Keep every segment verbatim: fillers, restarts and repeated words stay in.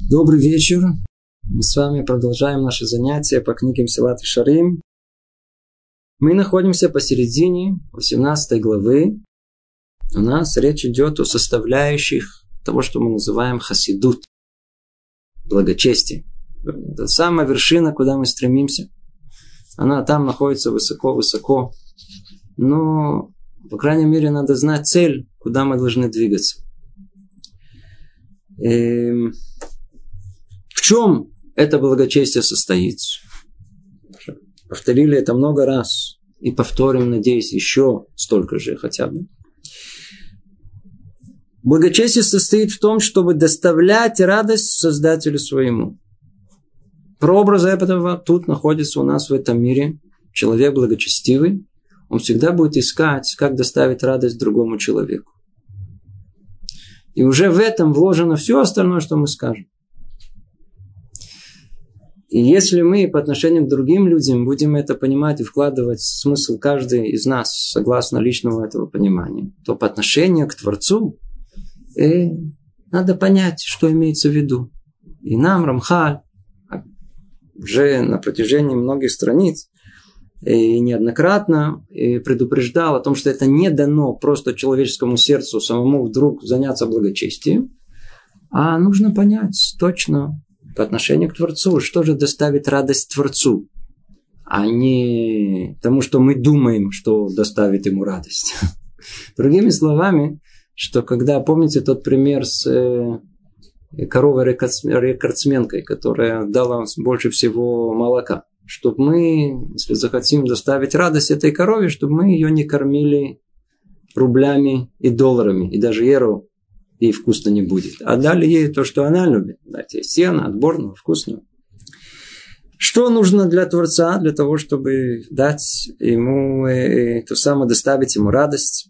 Добрый вечер. Мы с вами продолжаем наши занятия по книге Месилат Йешарим. Мы находимся посередине восемнадцатой главы. У нас речь идет о составляющих того, что мы называем хасидут. Благочестие. Это самая вершина, куда мы стремимся. Она там находится высоко-высоко. Но, по крайней мере, надо знать цель, куда мы должны двигаться. И в чем это благочестие состоит? Повторили это много раз. И повторим, надеюсь, еще столько же хотя бы. Благочестие состоит в том, чтобы доставлять радость Создателю своему. Прообразы этого тут находится у нас в этом мире. Человек благочестивый, он всегда будет искать, как доставить радость другому человеку. И уже в этом вложено все остальное, что мы скажем. И если мы по отношению к другим людям будем это понимать и вкладывать смысл каждый из нас, согласно личного этого понимания, то по отношению к Творцу э, надо понять, что имеется в виду. И нам, Рамхаль, уже на протяжении многих страниц и неоднократно предупреждал о том, что это не дано просто человеческому сердцу самому вдруг заняться благочестием, а нужно понять точно по отношению к Творцу, что же доставит радость Творцу, а не тому, что мы думаем, что доставит ему радость. Другими словами, что когда, помните тот пример с коровой-рекордсменкой, которая дала больше всего молока, чтобы мы, если захотим доставить радость этой корове, чтобы мы ее не кормили рублями и долларами, и даже евро ей вкусно не будет. А дали ей то, что она любит. Дать ей сено, отборного, вкусного. Что нужно для Творца, для того, чтобы дать ему э, то самое, доставить ему радость?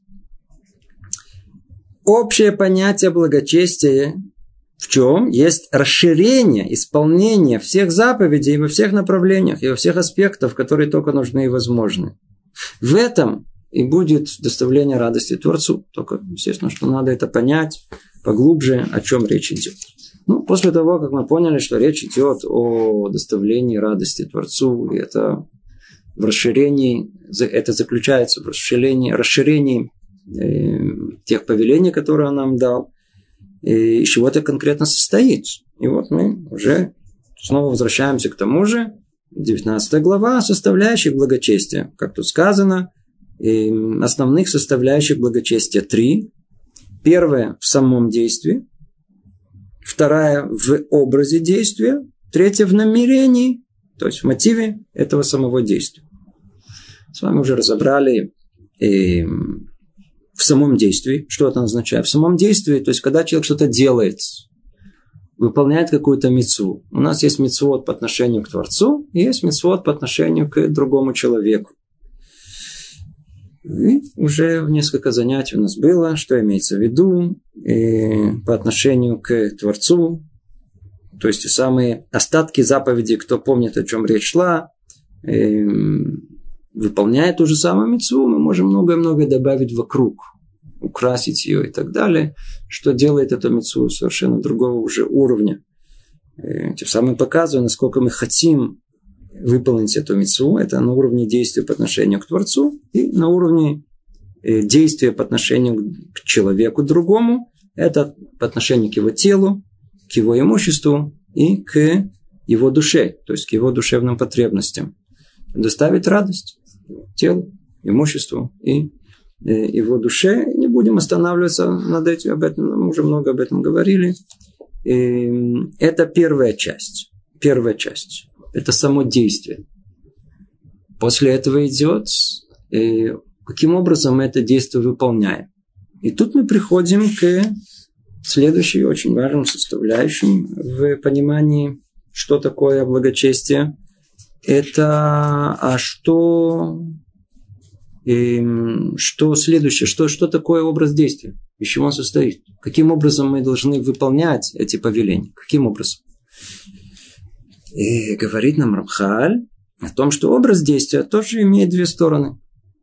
Общее понятие благочестия в чем? Есть расширение, исполнение всех заповедей во всех направлениях и во всех аспектах, которые только нужны и возможны. В этом и будет доставление радости Творцу. Только, естественно, что надо это понять поглубже, о чем речь идет. Ну, после того, как мы поняли, что речь идет о доставлении радости Творцу, и это в расширении, это заключается в расширении, расширении э, тех повелений, которые Он нам дал, и из чего это конкретно состоит. И вот мы уже снова возвращаемся к тому же. девятнадцатая глава, составляющих благочестия. Как тут сказано, основных составляющих благочестия три. Первая в самом действии. Вторая в образе действия. Третья в намерении, то есть в мотиве этого самого действия. С вами уже разобрали и в самом действии. Что это означает? В самом действии, то есть когда человек что-то делает, выполняет какую-то мицву. У нас есть мицвот по отношению к Творцу, и есть мицвот по отношению к другому человеку. И уже несколько занятий у нас было, что имеется в виду и по отношению к Творцу. То есть самые остатки заповедей, кто помнит, о чем речь шла, выполняет ту же самую мицву, мы можем многое-многое добавить вокруг, украсить ее и так далее, что делает эту мицву совершенно другого уже уровня. И тем самым показывая, насколько мы хотим выполнить эту мицву. Это на уровне действия по отношению к Творцу и на уровне действия по отношению к человеку другому. Это по отношению к его телу, к его имуществу и к его душе, то есть к его душевным потребностям. Доставить радость телу, имуществу и его душе. Не будем останавливаться над этим, об этом, мы уже много об этом говорили. И это первая часть. Первая часть. Это само действие. После этого идет, каким образом мы это действие выполняем. И тут мы приходим к следующей очень важным составляющим в понимании, что такое благочестие. Это а что, и, что следующее, что, что такое образ действия, из чего он состоит, каким образом мы должны выполнять эти повеления, каким образом. И говорит нам Рамхаль о том, что образ действия тоже имеет две стороны.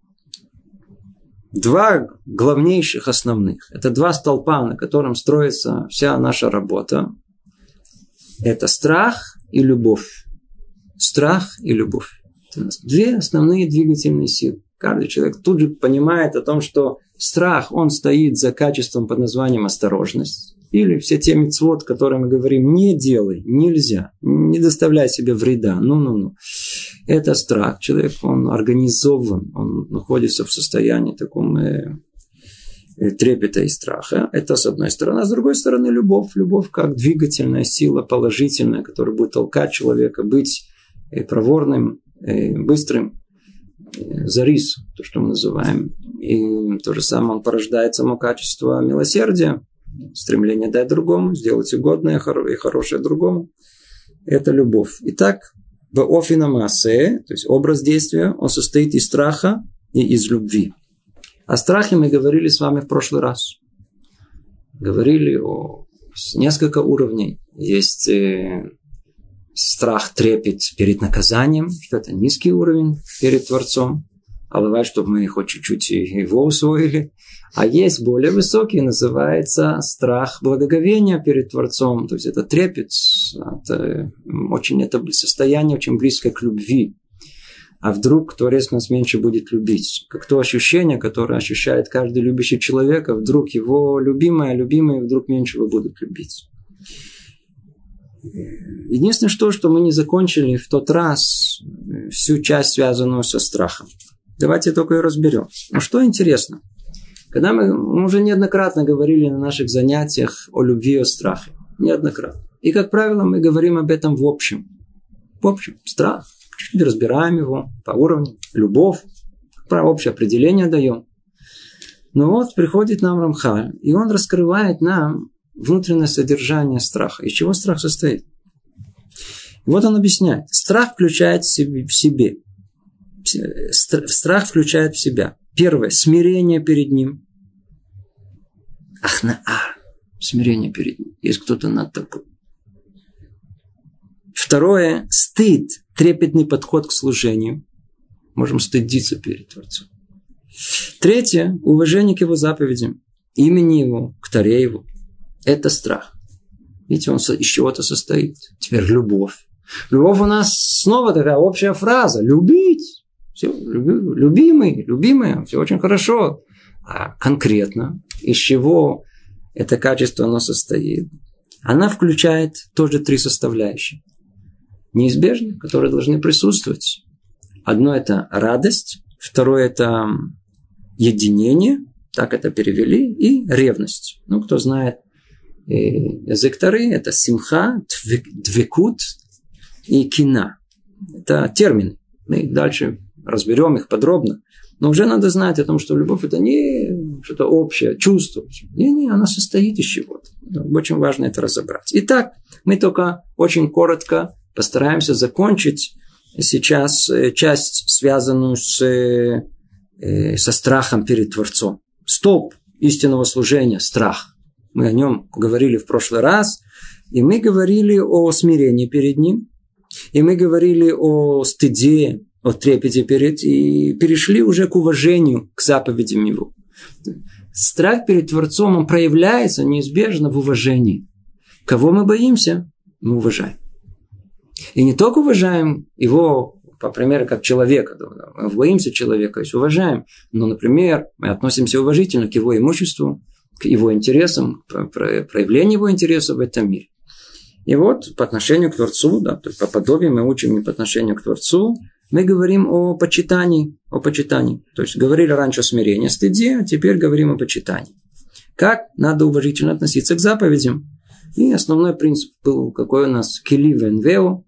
Два главнейших основных. Это два столпа, на котором строится вся наша работа. Это страх и любовь. Страх и любовь. Это две основные двигательные силы. Каждый человек тут же понимает о том, что страх, он стоит за качеством под названием осторожность. Или все те мицвот, которые мы говорим, не делай, нельзя, не доставляй себе вреда. Ну-ну-ну. Это страх. Человек, он организован, он находится в состоянии таком э, э, трепета и страха. Это с одной стороны. А с другой стороны, любовь. Любовь как двигательная сила положительная, которая будет толкать человека быть э, проворным, э, быстрым. Зарис, то, что мы называем. И то же самое он порождает само качество милосердия, стремление дать другому, сделать угодное и хорошее другому. Это любовь. Итак, в офина маасе, то есть образ действия, он состоит из страха и из любви. О страхе мы говорили с вами в прошлый раз. Говорили о несколько уровней. Есть э, страх, трепет перед наказанием, что это низкий уровень перед Творцом. А бывает, чтобы мы хоть чуть-чуть его усвоили. А есть более высокий, называется страх благоговения перед Творцом. То есть это трепет, это, очень, это состояние очень близкое к любви. А вдруг Творец нас меньше будет любить? Как то ощущение, которое ощущает каждый любящий человек, а вдруг его любимая, любимые вдруг меньше его будут любить. Единственное, что, что мы не закончили в тот раз всю часть, связанную со страхом. Давайте только ее разберем. Ну, что интересно. Когда мы, мы уже неоднократно говорили на наших занятиях о любви и о страхе. Неоднократно. И, как правило, мы говорим об этом в общем. В общем, страх. Чуть-чуть разбираем его по уровню. Любовь. Про общее определение даем. Но вот приходит нам Рамхаль, и он раскрывает нам внутреннее содержание страха. Из чего страх состоит? И вот он объясняет. Страх включает в себе. Страх включает в себя. Первое. Смирение перед ним. Ахнаа. Смирение перед ним. Есть кто-то над тобой. Второе. Стыд. Трепетный подход к служению. Можем стыдиться перед Творцом. Третье. Уважение к его заповедям. Имени его. К Торе его. Это страх. Видите, он из чего-то состоит. Теперь любовь. Любовь у нас снова такая общая фраза. Любить. Все, любимый, любимая, все очень хорошо. А конкретно, из чего это качество оно состоит? Она включает тоже три составляющие. Неизбежные, которые должны присутствовать. Одно это радость, второе это единение, так это перевели, и ревность. Ну, кто знает язык Торы, это симха, двекут и кина. Это термины. Мы дальше разберем их подробно. Но уже надо знать о том, что любовь это не что-то общее, чувство. Не-не, она состоит из чего-то. Очень важно это разобрать. Итак, мы только очень коротко постараемся закончить сейчас часть, связанную с, э, со страхом перед Творцом. Столб истинного служения – страх. Мы о нем говорили в прошлый раз. И мы говорили о смирении перед ним. И мы говорили о стыде, о трепете перед, и перешли уже к уважению к заповедям его. Страх перед Творцом, он проявляется неизбежно в уважении. Кого мы боимся, мы уважаем. И не только уважаем его, по примеру, как человека. Мы боимся человека, то есть уважаем. Но, например, мы относимся уважительно к его имуществу, к его интересам, к проявлению его интересов в этом мире. И вот по отношению к Творцу, да, то есть по подобию мы учим и по отношению к Творцу, мы говорим о почитании, о почитании. То есть говорили раньше о смирении, о стыде, а теперь говорим о почитании. Как надо уважительно относиться к заповедям. И основной принцип был, какой у нас кили венвео.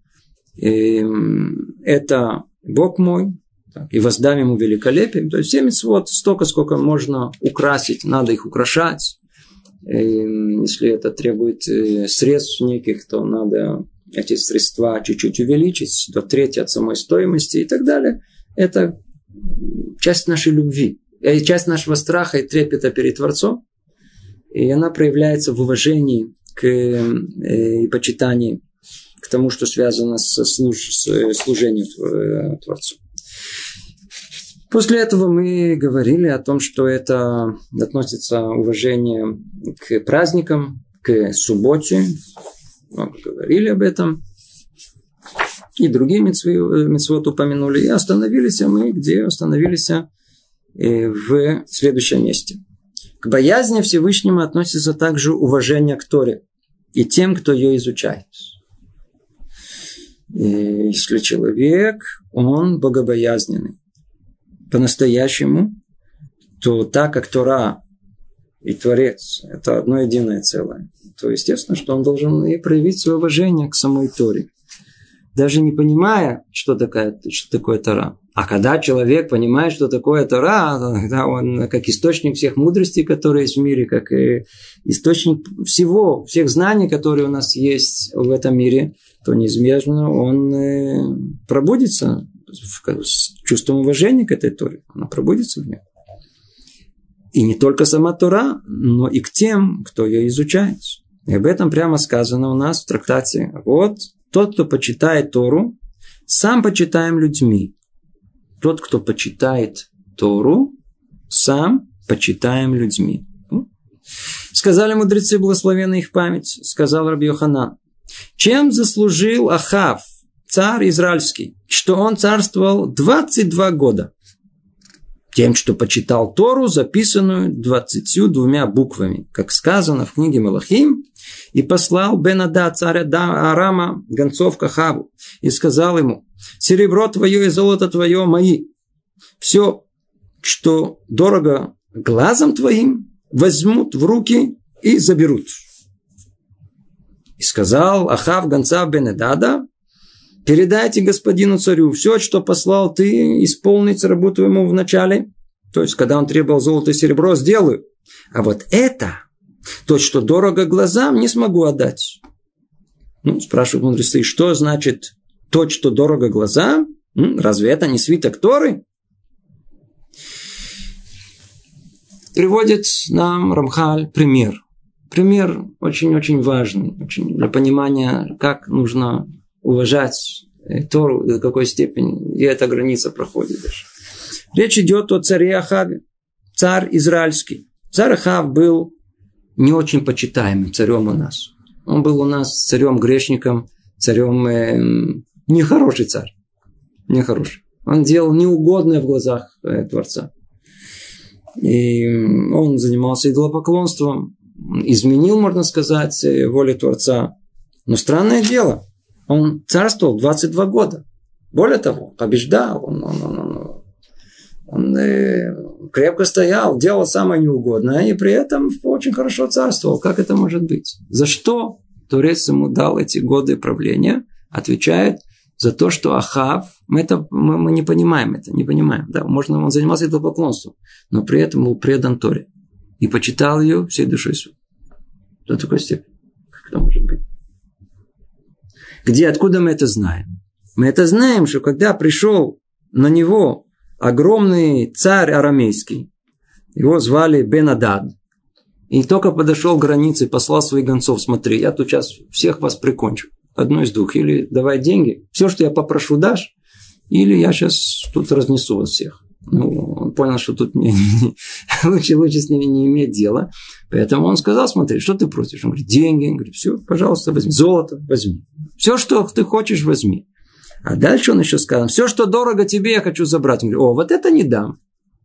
Это Бог мой, и воздам ему великолепие. То есть все мицвот столько, сколько можно украсить, надо их украшать. Если это требует средств неких, то надо эти средства чуть-чуть увеличить до трети от самой стоимости и так далее. Это часть нашей любви, часть нашего страха и трепета перед Творцом. И она проявляется в уважении к, и почитании к тому, что связано с, служ, с служением Творцу. После этого мы говорили о том, что это относится уважение к праздникам, к субботе. много говорили об этом. И другие мицвот упомянули. И остановились мы, где остановились в следующем месте. К боязни Всевышнему относится также уважение к Торе и тем, кто ее изучает. И если человек, он богобоязненный по-настоящему, то так как Тора и Творец – это одно единое целое, то естественно, что он должен и проявить свое уважение к самой Торе. Даже не понимая, что такое, что такое Тора. А когда человек понимает, что такое Тора, тогда он как источник всех мудростей, которые есть в мире, как и источник всего, всех знаний, которые у нас есть в этом мире, то неизбежно он пробудится с чувством уважения к этой Торе. Она пробудится в нем. И не только сама Тора, но и к тем, кто ее изучает. И об этом прямо сказано у нас в трактате. Вот тот, кто почитает Тору, сам почитаем людьми. Тот, кто почитает Тору, сам почитаем людьми. Сказали мудрецы, благословенна их память, сказал Раби Йоханан. Чем заслужил Ахав, царь израильский, что он царствовал двадцать два года? Тем, что почитал Тору, записанную двадцатью двумя буквами, как сказано в книге Мелахим, и послал Бен-Адад, царя Арама, гонцов к Ахаву, и сказал ему: серебро твое и золото твое мои, все, что дорого глазом твоим, возьмут в руки и заберут. И сказал Ахав гонца Бен-Адада: передайте господину царю все, что послал ты исполнить работу ему в начале. То есть, когда он требовал золото и серебро, сделаю. А вот это, то, что дорого глазам, не смогу отдать. Ну, спрашивают мудрецы, что значит то, что дорого глазам? Разве это не свиток Торы? Приводит нам Рамхаль пример. Пример очень-очень важный, очень для понимания, как нужно уважать Тору, до какой степени, и эта граница проходит даже. Речь идет о царе Ахаве, царь израильский. Царь Ахав был не очень почитаемым царем у нас. Он был у нас царем-грешником, царем э, нехороший царь. Нехороший. Он делал неугодное в глазах э, Творца. И он занимался идолопоклонством, изменил, можно сказать, волю Творца. Но странное дело, он царствовал двадцать два года. Более того, побеждал, он, он, он, он, он э, крепко стоял, делал самое неугодное, и при этом очень хорошо царствовал. Как это может быть? За что Творец ему дал эти годы правления? Отвечает: за то, что Ахав, мы, это, мы, мы не понимаем это, не понимаем. Да, можно, он занимался идолопоклонством, но при этом был предан Торе и почитал ее всей душой своей. До такой степени. Как это может быть? Где, откуда мы это знаем? Мы это знаем, что когда пришел на него огромный царь арамейский, его звали Бен-Адад, и только подошел к границе, послал своих гонцов: смотри, я тут сейчас всех вас прикончу. Одно из двух. Или давай деньги, все, что я попрошу, дашь, или я сейчас тут разнесу вас всех. Ну, он понял, что тут не, не, лучше, лучше с ними не иметь дела. Поэтому он сказал: смотри, что ты просишь? Он говорит: деньги. Он говорит: все, пожалуйста, возьми. Золото возьми. Все, что ты хочешь, возьми. А дальше он еще сказал: все, что дорого тебе, я хочу забрать. Он говорит: о, вот это не дам.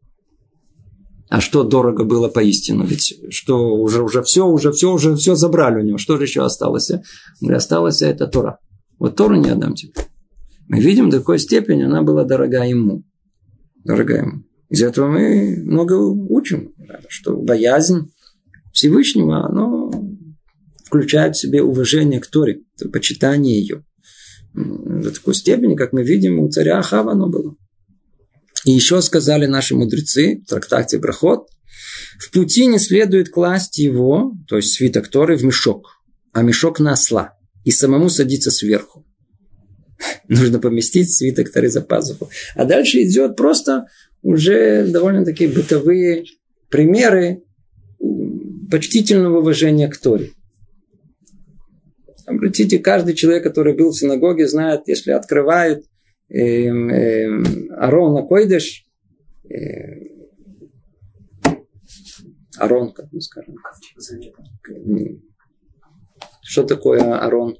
А что дорого было поистину? Ведь что уже, уже все, уже все, уже все забрали у него. Что же еще осталось? Он говорит: осталась это Тора. Вот Тору не отдам тебе. Мы видим, до какой степени она была дорога ему. Дорогая ему. Из этого мы много учим, что боязнь Всевышнего, оно включает в себе уважение к Торе, почитание ее. До такой степени, как мы видим, у царя Ахава оно было. И еще сказали наши мудрецы в трактате Брахот: в пути не следует класть его, то есть свиток Торы, в мешок, а мешок на осла, и самому садиться сверху. Нужно поместить свиток Торы за пазуху. А дальше идет просто уже довольно-таки бытовые примеры почтительного уважения к Торе. Обратите, каждый человек, который был в синагоге, знает, если открывают э, э, Арон Акойдеш, э, Арон, как мы скажем, Что такое Арон?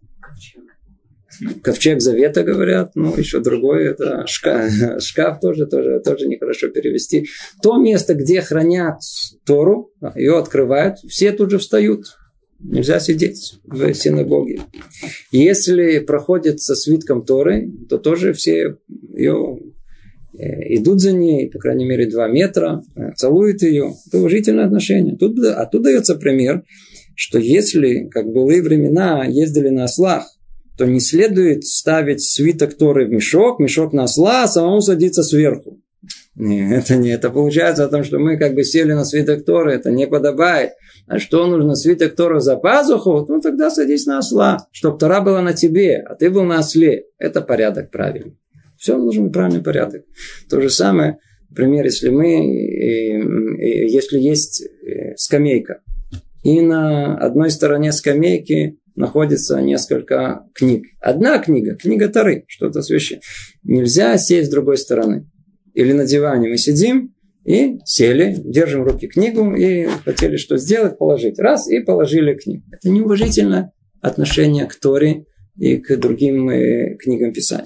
Ковчег Завета, говорят. Ну, еще другое. Это шкаф. Шкаф тоже, тоже, тоже нехорошо перевести. То место, где хранят Тору, ее открывают, все тут же встают. Нельзя сидеть в синагоге. Если проходят со свитком Торы, то тоже все ее идут за ней, по крайней мере, два метра, целуют ее. Это уважительное отношение. Тут, а тут дается пример, что если, как в былые времена, ездили на ослах, то не следует ставить свиток Торы в мешок, мешок на осла, а самому садиться сверху. Нет, это не это. Получается о том, что мы как бы сели на свиток Торы, это не подобает. А что нужно, свиток Торы за пазуху? Ну, тогда садись на осла, чтобы Тора была на тебе, а ты был на осле. Это порядок правильный. Все нужен правильный порядок. То же самое, например, если мы, если есть скамейка, и на одной стороне скамейки находится несколько книг. Одна книга, книга Торы, что-то священное. Нельзя сесть с другой стороны. Или на диване мы сидим и сели, держим в руки книгу и хотели что сделать, положить. Раз, и положили книгу. Это неуважительное отношение к Торе и к другим э, книгам Писания.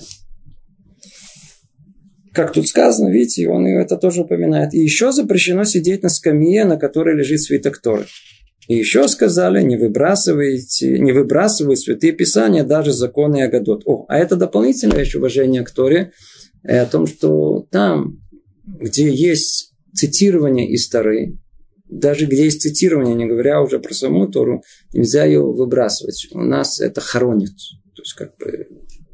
Как тут сказано, видите, он это тоже упоминает. И еще запрещено сидеть на скамье, на которой лежит свиток Торы. И еще сказали, не выбрасывайте, не выбрасывай святые писания, даже законы и агадот. О, а это дополнительное еще уважение к Торе, о том, что там, где есть цитирование из Торы, даже где есть цитирование, не говоря уже про саму Тору, нельзя ее выбрасывать. У нас это хоронит. То есть, как бы,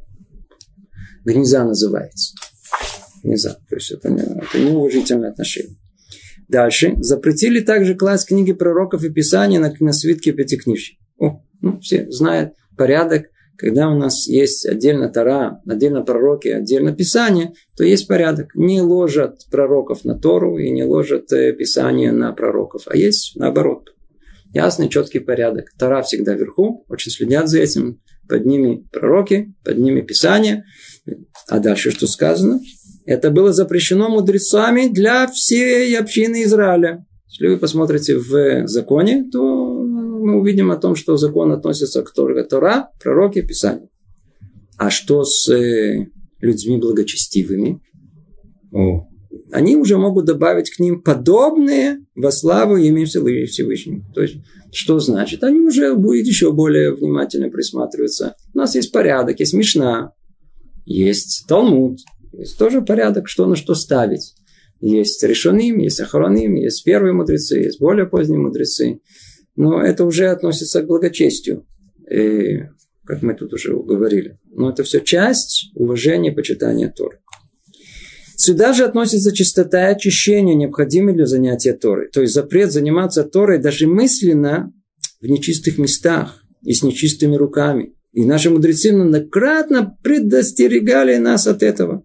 гнеза называется. Гнеза. То есть, это, не, это неуважительное отношение. Дальше. Запретили также класть книги пророков и писания на, на свитки пятикнижья. О, ну, все знают порядок. Когда у нас есть отдельно Тора, отдельно пророки, отдельно Писание, то есть порядок. Не ложат пророков на Тору и не ложат Писание на пророков. А есть наоборот. Ясный, четкий порядок. Тора всегда вверху, очень следят за этим. Под ними пророки, под ними Писание. А дальше что сказано? Это было запрещено мудрецами для всей общины Израиля. Если вы посмотрите в законе, то мы увидим о том, что закон относится к Тора, пророки, Писанию. А что с э, людьми благочестивыми? О, они уже могут добавить к ним подобные во славу имя Всевышнего. То есть, что значит? Они уже будут еще более внимательно присматриваться. У нас есть порядок, есть Мишна, есть Талмуд, есть тоже порядок, что на что ставить. Есть решоним, есть ахроним, есть первые мудрецы, есть более поздние мудрецы. Но это уже относится к благочестию, и, как мы тут уже говорили. Но это все часть уважения, почитания Торы. Сюда же относится чистота и очищение, необходимые для занятия Торой. То есть запрет заниматься Торой даже мысленно в нечистых местах и с нечистыми руками. И наши мудрецы многократно предостерегали нас от этого.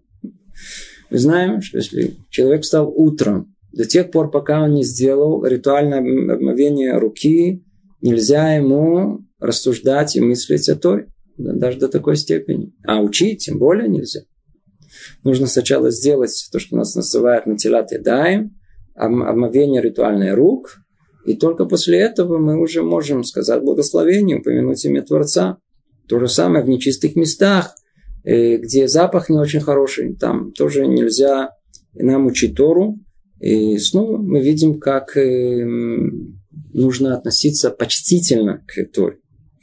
Мы знаем, что если человек встал утром, до тех пор, пока он не сделал ритуальное омовение руки, нельзя ему рассуждать и мыслить о Торе. Даже до такой степени. А учить тем более нельзя. Нужно сначала сделать то, что у нас называют натилат ядаим, омовение ритуальных рук. И только после этого мы уже можем сказать благословение, упомянуть имя Творца. То же самое в нечистых местах, где запах не очень хороший. Там тоже нельзя нам учить Тору. И снова мы видим, как э, нужно относиться почтительно к Торе.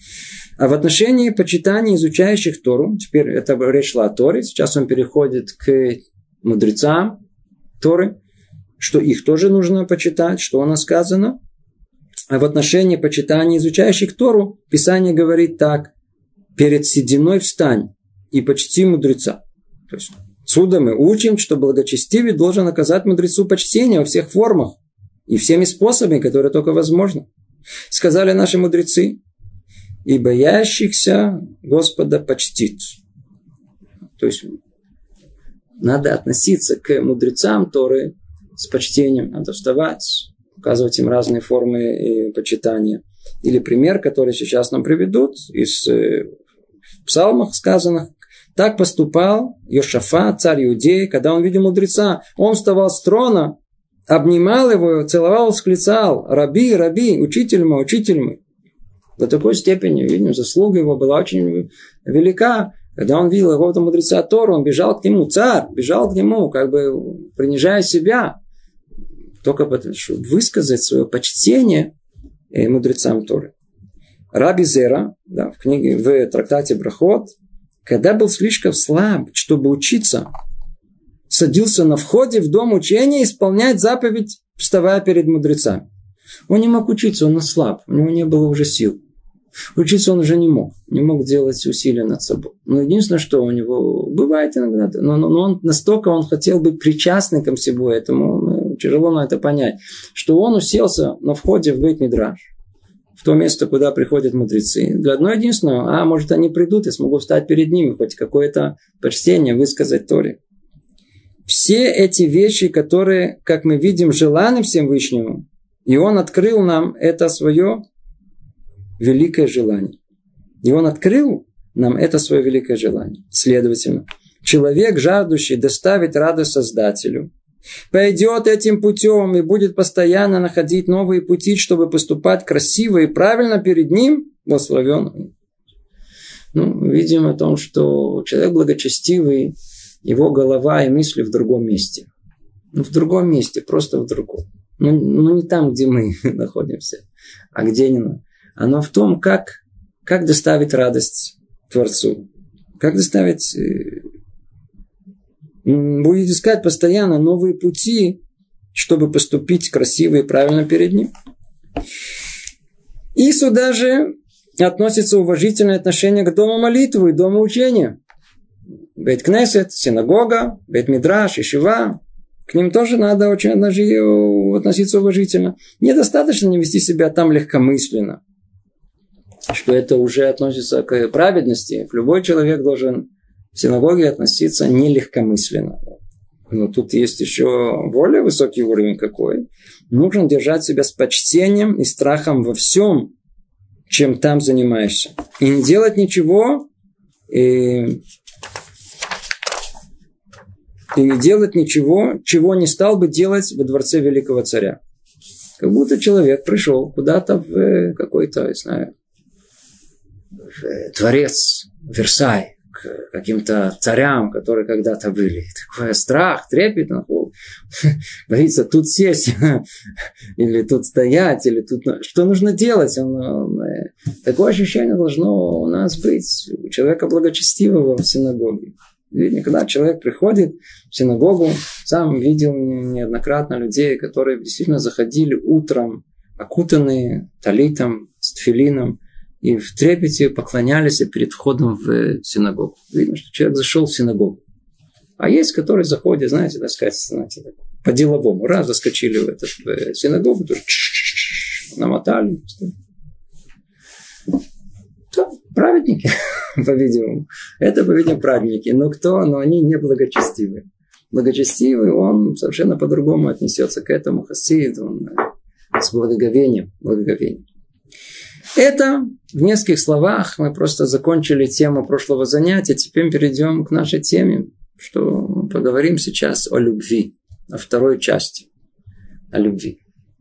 А в отношении почитания изучающих Тору, теперь это речь шла о Торе, сейчас он переходит к мудрецам Торы, что их тоже нужно почитать, что у нас сказано. А в отношении почитания изучающих Тору Писание говорит так: перед сединой встань и почти мудреца. То есть, отсюда мы учим, что благочестивый должен оказать мудрецу почтение во всех формах и всеми способами, которые только возможно. Сказали наши мудрецы: и боящихся Господа почтит. То есть надо относиться к мудрецам Торы с почтением. Надо вставать, указывать им разные формы почитания. Или пример, который сейчас нам приведут из псалмов сказанных. Так поступал Йошафат, царь Иудеи, когда он видел мудреца. Он вставал с трона, обнимал его, целовал, восклицал: «Раби, раби, учитель мой, учитель мой». До такой степени, видим, заслуга его была очень велика. Когда он видел какого-то мудреца Торы, он бежал к нему, царь, бежал к нему, как бы принижая себя. Только потому, чтобы высказать свое почтение мудрецам Торы. Раби Зера, да, в книге, в трактате Брахот, когда был слишком слаб, чтобы учиться, садился на входе в дом учения исполнять заповедь, вставая перед мудрецами. Он не мог учиться, он ослаб, у него не было уже сил. Учиться он уже не мог, не мог делать усилия над собой. Но единственное, что у него бывает иногда, но, но, но он настолько он хотел быть причастным ко всему этому, ну, тяжело на это понять, что он уселся на входе в Бейт-Мидраш, в то место, куда приходят мудрецы. Для одного единственного, а может они придут, я смогу встать перед ними, хоть какое-то почтение высказать Торе. Все эти вещи, которые, как мы видим, желаны Всевышнему, и он открыл нам это свое великое желание. И он открыл нам это свое великое желание. Следовательно, человек, жаждущий доставить радость Создателю, пойдет этим путем и будет постоянно находить новые пути, чтобы поступать красиво и правильно перед ним, благословен. Ну, видим о том, что человек благочестивый, его голова и мысли в другом месте. Ну, в другом месте, просто в другом. Ну, ну не там, где мы находимся, а где именно. Оно в том, как, как доставить радость Творцу. Как доставить... Будет искать постоянно новые пути, чтобы поступить красиво и правильно перед ним. И сюда же относится уважительное отношение к дому молитвы и дому учения. Бейт-Кнесет, синагога, Бейт-Мидраш, Ешива. К ним тоже надо очень относиться уважительно. Недостаточно не вести себя там легкомысленно. Что это уже относится к праведности. Любой человек должен в синагоге относиться нелегкомысленно. Но тут есть еще более высокий уровень какой. Нужно держать себя с почтением и страхом во всем, чем там занимаешься. И не делать ничего, и, и не делать ничего, чего не стал бы делать во дворце великого царя. Как будто человек пришел куда-то в какой-то, не знаю, в дворец, Версай, к каким-то царям, которые когда-то были. Такой страх, трепет. Боится тут сесть, или тут стоять, или тут... Что нужно делать? Он, он... Такое ощущение должно у нас быть у человека благочестивого в синагоге. Видно, когда человек приходит в синагогу, сам видел неоднократно людей, которые действительно заходили утром, окутанные талитом, с тфилином, и в трепете поклонялись перед входом в синагогу. Видно, что человек зашел в синагогу. А есть, которые заходят, знаете, так сказать, знаете, по-деловому. Раз заскочили в, этот, в синагогу, тоже намотали. Да, праведники, по-видимому. Это, по-видимому, праведники. Но кто? Но они не благочестивые. Благочестивый, он совершенно по-другому отнесется к этому хасид. Он с благоговением. благоговением. Это в нескольких словах мы просто закончили тему прошлого занятия. Теперь перейдем к нашей теме, что поговорим сейчас о любви, о второй части, о любви.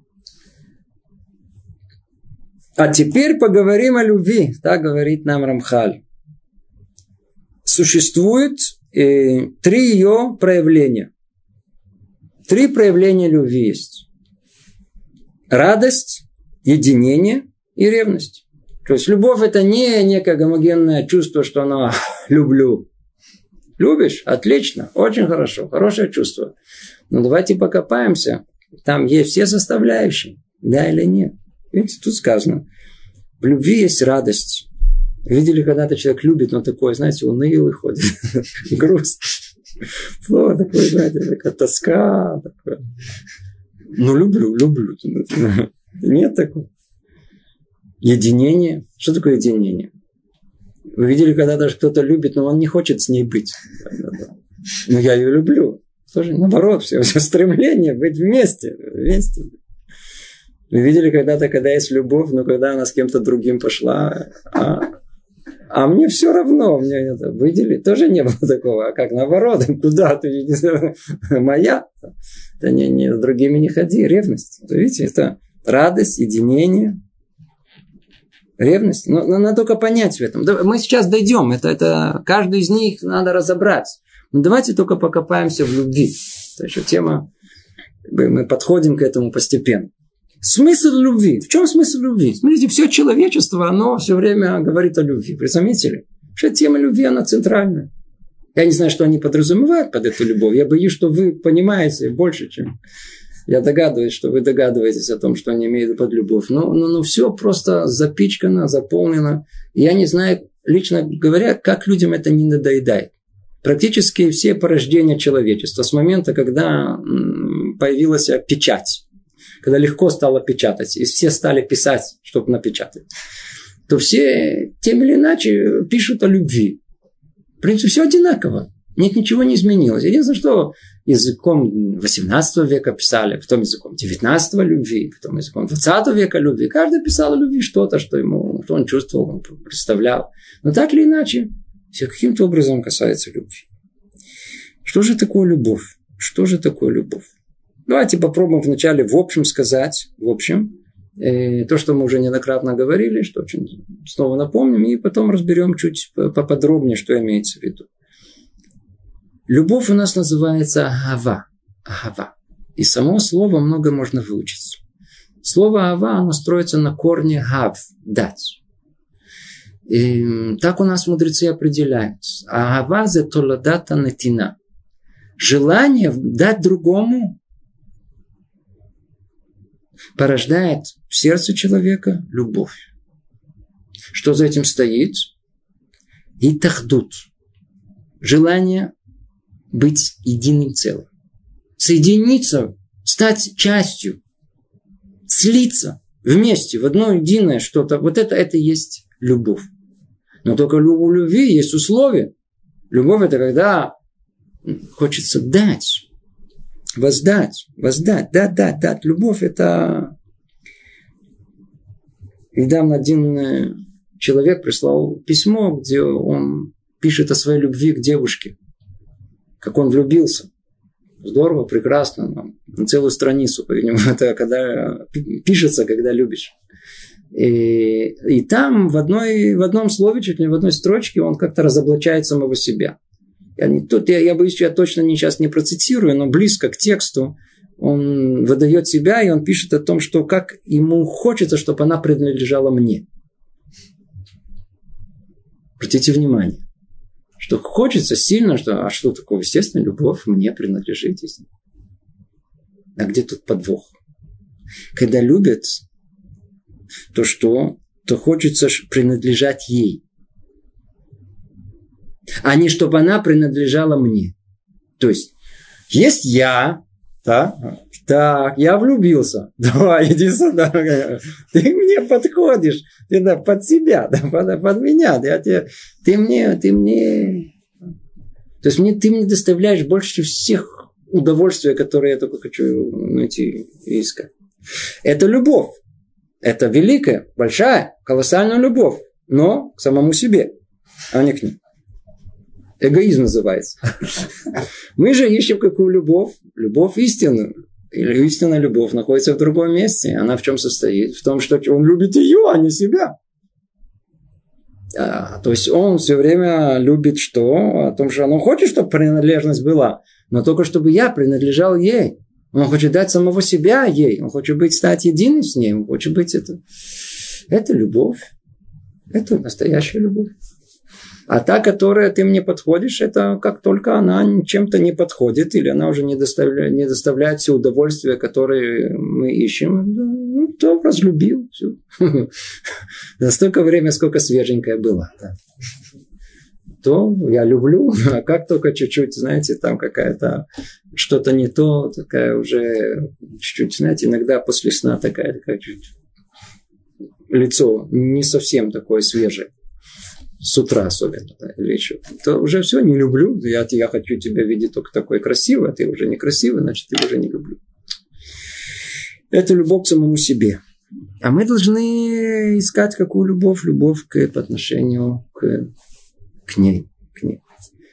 А теперь поговорим о любви, так говорит нам Рамхаль. Существует э, три ее проявления. Три проявления любви есть. Радость, единение и ревность. То есть любовь это не некое гомогенное чувство, что оно люблю. Любишь? Отлично. Очень хорошо. Хорошее чувство. Но давайте покопаемся. Там есть все составляющие. Да или нет? Видите, тут сказано. В любви есть радость. Видели, когда-то человек любит, но такой, знаете, унылый ходит. Грусть. Слово такое, знаете, такая тоска. Ну, люблю, люблю. Нет такого. Единение. Что такое единение? Вы видели, когда даже кто-то любит, но он не хочет с ней быть. Но я ее люблю. Тоже наоборот, все, все стремление быть вместе. Вместе. Вы видели когда-то, когда есть любовь, но когда она с кем-то другим пошла, а, а мне все равно, мне это видели, тоже не было такого. А как наоборот, куда ты моя? Да не, не, с другими не ходи, ревность. Видите, это радость, единение. Ревность? Но, но надо только понять в этом. Мы сейчас дойдем. Это, это, каждый из них надо разобрать. Но давайте только покопаемся в любви. Это еще тема. Мы подходим к этому постепенно. Смысл любви. В чем смысл любви? Смотрите, все человечество, оно все время говорит о любви. Вы заметили? Что тема любви, она центральная. Я не знаю, что они подразумевают под эту любовь. Я боюсь, что вы понимаете больше, чем... Я догадываюсь, что вы догадываетесь о том, что они имеют под любовь. Но, но, но все просто запичкано, заполнено. Я не знаю, лично говоря, как людям это не надоедает. Практически все порождения человечества с момента, когда появилась печать, когда легко стало печатать, и все стали писать, чтобы напечатать, то все тем или иначе пишут о любви. В принципе, все одинаково. Нет, ничего не изменилось. Единственное, что языком восемнадцатого века писали, потом языком девятнадцатого любви, потом языком двадцатого века любви. Каждый писал о любви что-то, что ему, что он чувствовал, он представлял. Но так или иначе, все каким-то образом касается любви. Что же такое любовь? Что же такое любовь? Давайте попробуем вначале в общем сказать, в общем, э, то, что мы уже неоднократно говорили, что очень снова напомним, и потом разберем чуть поподробнее, что имеется в виду. Любовь у нас называется ахава. Ахава. И само слово много можно выучить. Слово ахава, оно строится на корне хав, дать. И так у нас мудрецы определяют. Ахава зе толадата натина. Желание дать другому порождает в сердце человека любовь. Что за этим стоит? Итахдут. Желание быть единым целым. Соединиться, стать частью, слиться вместе в одно единое что-то. Вот это, это и есть любовь. Но только у любви есть условия. Любовь – это когда хочется дать, воздать, воздать, дать, дать, дать. Любовь – это... Недавно один человек прислал письмо, где он пишет о своей любви к девушке. Как он влюбился. Здорово, прекрасно. На целую страницу, по-видимому, это когда пишется, когда любишь. И, и там в, одной, в одном слове, чуть ли в одной строчке он как-то разоблачает самого себя. Я, не, тут, я, я боюсь, что я точно не, сейчас не процитирую, но близко к тексту он выдает себя, и он пишет о том, что как ему хочется, чтобы она принадлежала мне. Обратите внимание. Что хочется сильно, что, а что такое? Естественно, любовь мне принадлежит. А где тут подвох? Когда любят, то что? То хочется принадлежать ей. А не чтобы она принадлежала мне. То есть, есть я, да? Так, я влюбился. Давай, иди сюда. Ты мне подходишь. Ты да, под себя, да, под, под меня. Я тебе, ты мне, ты мне... То есть, мне, ты мне доставляешь больше всех удовольствия, которые я только хочу найти и искать. Это любовь. Это великая, большая, колоссальная любовь. Но к самому себе, а не к ним. Эгоизм называется. Мы же ищем какую любовь? Любовь истинную. Или истинная любовь находится в другом месте. Она в чем состоит? В том, что он любит ее, а не себя. А, то есть он все время любит что? О том, что он хочет, чтобы принадлежность была. Но только чтобы я принадлежал ей. Он хочет дать самого себя ей. Он хочет быть, стать единым с ней. Он хочет быть это. Это любовь. Это настоящая любовь. А та, которая ты мне подходишь, это как только она чем-то не подходит, или она уже не доставляет, не доставляет все удовольствия, которые мы ищем, ну, то разлюбил. Все. За столько времени, сколько свеженькая была. Да. То я люблю, а как только чуть-чуть, знаете, там какая-то что-то не то, такая уже чуть-чуть, знаете, иногда после сна такая, такая чуть лицо не совсем такое свежее. С утра особенно, да, или еще. То уже все, не люблю. Я, я хочу тебя видеть только такой красивый, а ты уже некрасивый, значит, я уже не люблю. Это любовь к самому себе. А мы должны искать какую любовь? Любовь к, по отношению к, к ней. К ней.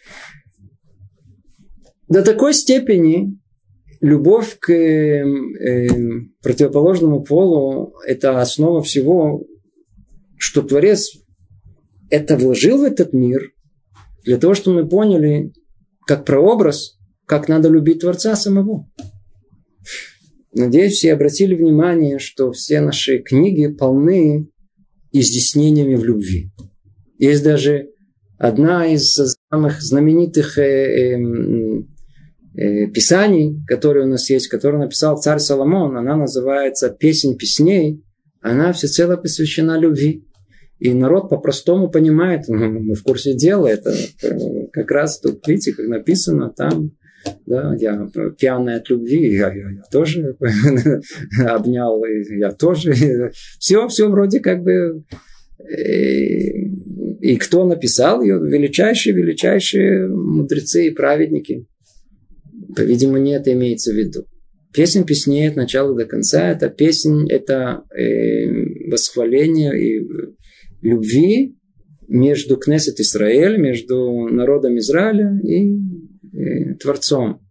До такой степени любовь к э, противоположному полу – это основа всего, что Творец это вложил в этот мир для того, чтобы мы поняли, как прообраз, как надо любить Творца самого. Надеюсь, все обратили внимание, что все наши книги полны изъяснениями в любви. Есть даже одна из самых знаменитых э, э, э, писаний, которые у нас есть, которую написал царь Соломон. Она называется «Песнь песней». Она всецело посвящена любви. И народ по-простому понимает, мы в курсе дела, это как раз тут, видите, как написано там, да, я пьяный от любви, я, я, я тоже обнял, я тоже, все, все вроде как бы, и, и кто написал ее, величайшие, величайшие мудрецы и праведники, по-видимому, не это имеется в виду. Песнь песней от начала до конца, это песнь, это э, восхваление и любви между Кнесет Исраэль, между народом Израиля и, и Творцом.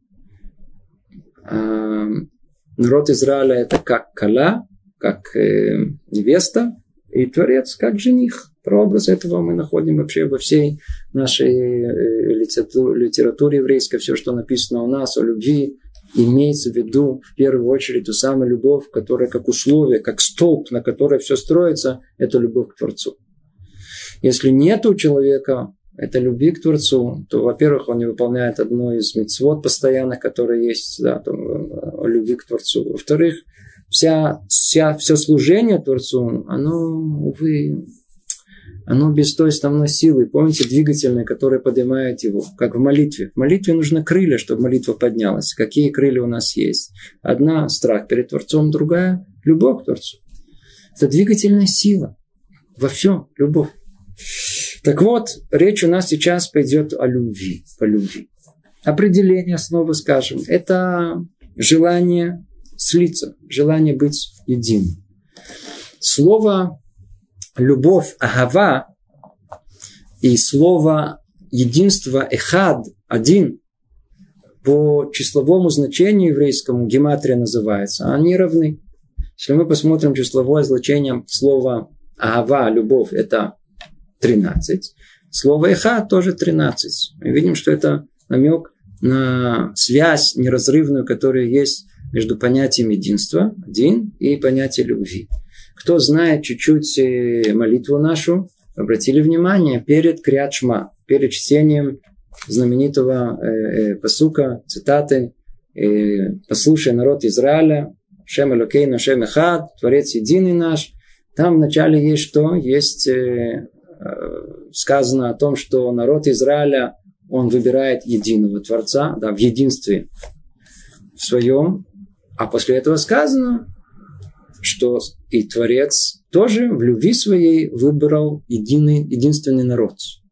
А народ Израиля это как кала, как э, невеста, и Творец как жених. Прообраз этого мы находим вообще во всей нашей э, литературе еврейской. Все, что написано у нас о любви, имеется в виду в первую очередь ту самую любовь, которая как условие, как столб, на которой все строится, это любовь к Творцу. Если нет у человека этой любви к Творцу, то, во-первых, он не выполняет одно из мицвот постоянных, которые есть, да, то, о любви к Творцу. Во-вторых, вся, вся, все служение Творцу, оно, увы, оно без той основной силы, помните, двигательной, которая поднимает его, как в молитве. В молитве нужны крылья, чтобы молитва поднялась. Какие крылья у нас есть? Одна – страх перед Творцом, другая – любовь к Творцу. Это двигательная сила. Во всем любовь. Так вот, речь у нас сейчас пойдет о любви. По любви. Определение, снова скажем, это желание слиться, желание быть единым. Слово любовь, агава, и слово единство, эхад, один, по числовому значению еврейскому, гематрия называется, они равны. Если мы посмотрим числовое значение слова агава, любовь, это тринадцать. Слово эхад тоже тринадцать. Мы видим, что это намек на связь неразрывную, которая есть между понятием единства, один, и понятием любви. Кто знает чуть-чуть молитву нашу, обратили внимание, перед Криат Шма, перед чтением знаменитого э, э, пасука, цитаты, э, «Послушай, народ Израиля, Шем Элокейну, Шем Эхад, Творец единый наш». Там вначале есть что? Есть э, э, сказано о том, что народ Израиля, он выбирает единого Творца, да, в единстве в своем. А после этого сказано, что и Творец тоже в любви своей выбрал единый, единственный народ.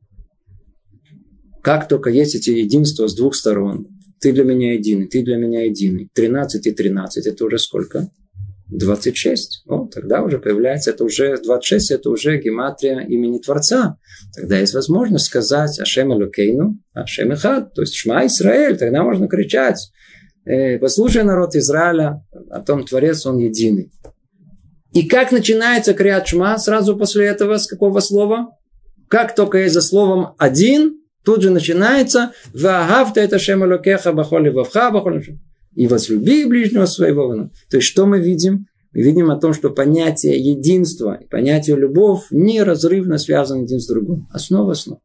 Как только есть эти единства с двух сторон, ты для меня единый, ты для меня единый, тринадцать и тринадцать, это уже сколько? двадцать шесть. О, тогда уже появляется, это уже двадцать шесть, это уже гематрия имени Творца. Тогда есть возможность сказать Ашем Элокейну, Ашем Эхад, то есть Шма Исраэль, тогда можно кричать, э, послушай, народ Израиля, о том Творец, он единый. И как начинается Криат Шма сразу после этого, с какого слова? Как только есть за словом «один», тут же начинается «Ваагавта это Шем Элокеха бахоли вавха бахоли». И возлюби ближнего своего. То есть, что мы видим? Мы видим о том, что понятие единства и понятие любовь неразрывно связаны один с другим. Основа основ.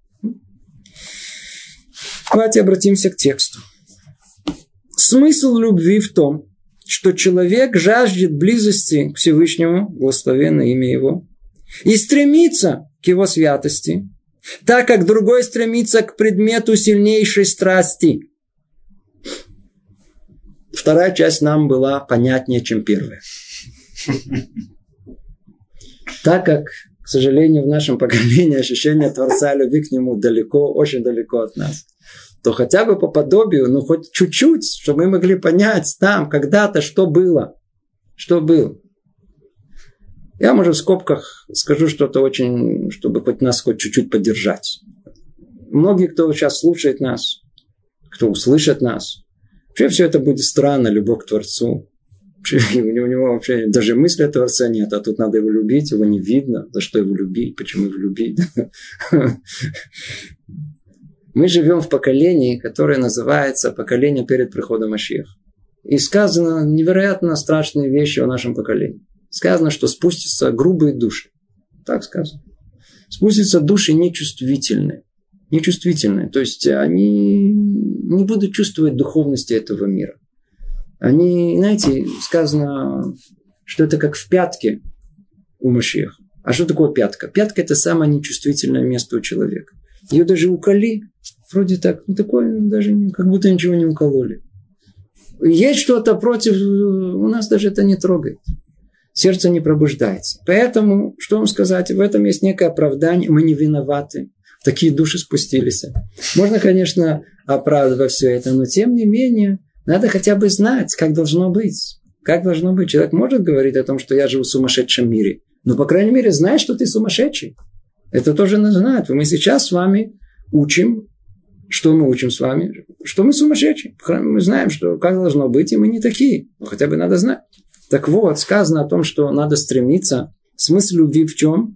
Давайте обратимся к тексту. Смысл любви в том, что человек жаждет близости к Всевышнему, благословенное имя Его, и стремится к Его святости, так как другой стремится к предмету сильнейшей страсти. Вторая часть нам была понятнее, чем первая. Так как, к сожалению, в нашем поколении ощущение Творца, любви к Нему далеко, очень далеко от нас, то хотя бы по подобию, ну хоть чуть-чуть, чтобы мы могли понять там, когда-то, что было. Что было. Я, может, в скобках скажу что-то очень, чтобы хоть нас хоть чуть-чуть поддержать. Многие, кто сейчас слушает нас, кто услышит нас, вообще все это будет странно, любовь к Творцу. У него вообще даже мысли о Творце нет, а тут надо его любить, его не видно. За что его любить, почему его любить? Мы живем в поколении, которое называется поколение перед приходом Машиаха. И сказано невероятно страшные вещи о нашем поколении. Сказано, что спустятся грубые души. Так сказано. Спустятся души нечувствительные. Нечувствительные. То есть они не будут чувствовать духовности этого мира. Они, знаете, сказано, что это как в пятке у Машиаха. А что такое пятка? Пятка – это самое нечувствительное место у человека. Ее даже уколи, вроде так, ну такое, даже как будто ничего не укололи. Есть что-то против, у нас даже это не трогает. Сердце не пробуждается. Поэтому, что вам сказать, в этом есть некое оправдание, мы не виноваты. Такие души спустились. Можно, конечно, оправдывать все это, но тем не менее, надо хотя бы знать, как должно быть. Как должно быть. Человек может говорить о том, что я живу в сумасшедшем мире. Но, по крайней мере, знает, что ты сумасшедший. Это тоже надо знать. Мы сейчас с вами учим. Что мы учим с вами? Что мы сумасшедшие. Мы знаем, что как должно быть, и мы не такие. Но хотя бы надо знать. Так вот, сказано о том, что надо стремиться. Смысл любви в чем?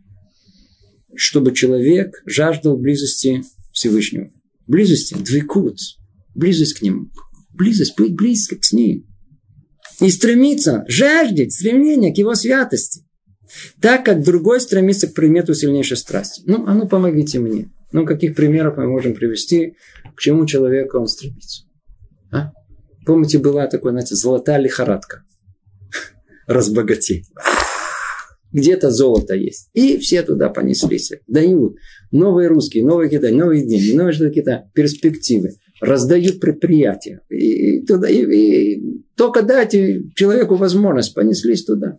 Чтобы человек жаждал близости Всевышнего. Близости, двикут. Близость к нему. Близость, быть близко с ним. И стремиться, жаждать, стремление к его святости. Так, как другой стремится к предмету сильнейшей страсти. Ну, а ну помогите мне. Ну, каких примеров мы можем привести, к чему человеку он стремится. А? Помните, была такая, знаете, золотая лихорадка. Разбогатеть. Где-то золото есть. И все туда понеслись. Дают новые русские, новые китайцы, новые деньги, новые что-то какие-то перспективы. Раздают предприятия. И, туда, и, и только дайте человеку возможность, понеслись туда.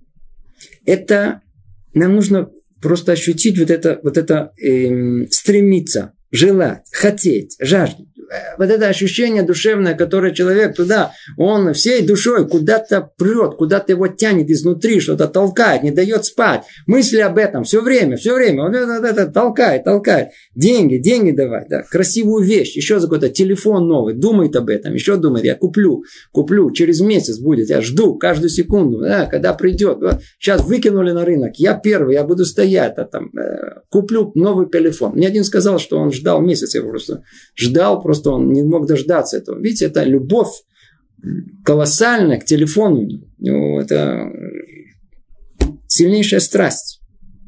Это нам нужно просто ощутить вот это, вот это э, стремиться, желать, хотеть, жаждать. Вот это ощущение душевное, которое человек туда, он всей душой куда-то прет, куда-то его тянет изнутри, что-то толкает, не дает спать. Мысли об этом все время, все время. Он это, это толкает, толкает. Деньги, деньги давать, да. Красивую вещь, еще за какой-то телефон новый, думает об этом, еще думает, я куплю, куплю, через месяц будет, я жду каждую секунду, да, когда придет. Вот, сейчас выкинули на рынок, я первый, я буду стоять, а там, э, куплю новый телефон. Мне один сказал, что он ждал месяц, я просто ждал, просто он не мог дождаться этого. Видите, это любовь колоссальная к телефону. Ну, это сильнейшая страсть.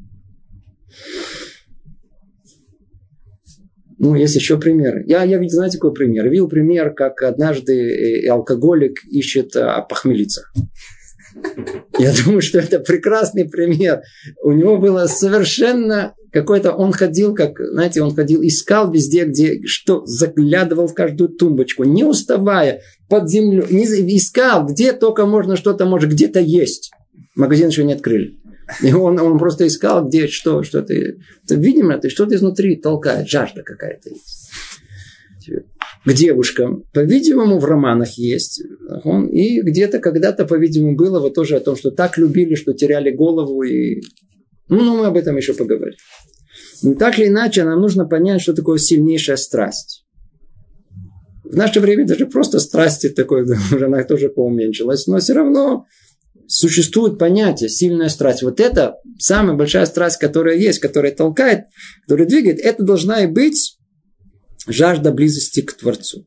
Ну, есть еще примеры. Я, я видел, знаете, какой пример? Видел пример, как однажды алкоголик ищет а, похмелиться. Я думаю, что это прекрасный пример. У него было совершенно какой-то... Он ходил, как, знаете, он ходил, искал везде, где что, заглядывал в каждую тумбочку, не уставая, под землю, не, искал, где только можно что-то, может, где-то есть. Магазин еще не открыли. И он, он просто искал, где что, что-то... Это, видимо, это что-то изнутри толкает, жажда какая-то есть. К девушкам, по-видимому, в романах есть. Он, и где-то когда-то, по-видимому, было вот тоже о том, что так любили, что теряли голову. И... Ну, ну, мы об этом еще поговорим. Но так или иначе, нам нужно понять, что такое сильнейшая страсть. В наше время даже просто страсти такой, уже она тоже поуменьшилась. Но все равно существует понятие сильная страсть. Вот это самая большая страсть, которая есть, которая толкает, которая двигает. Это должна и быть... жажда близости к Творцу.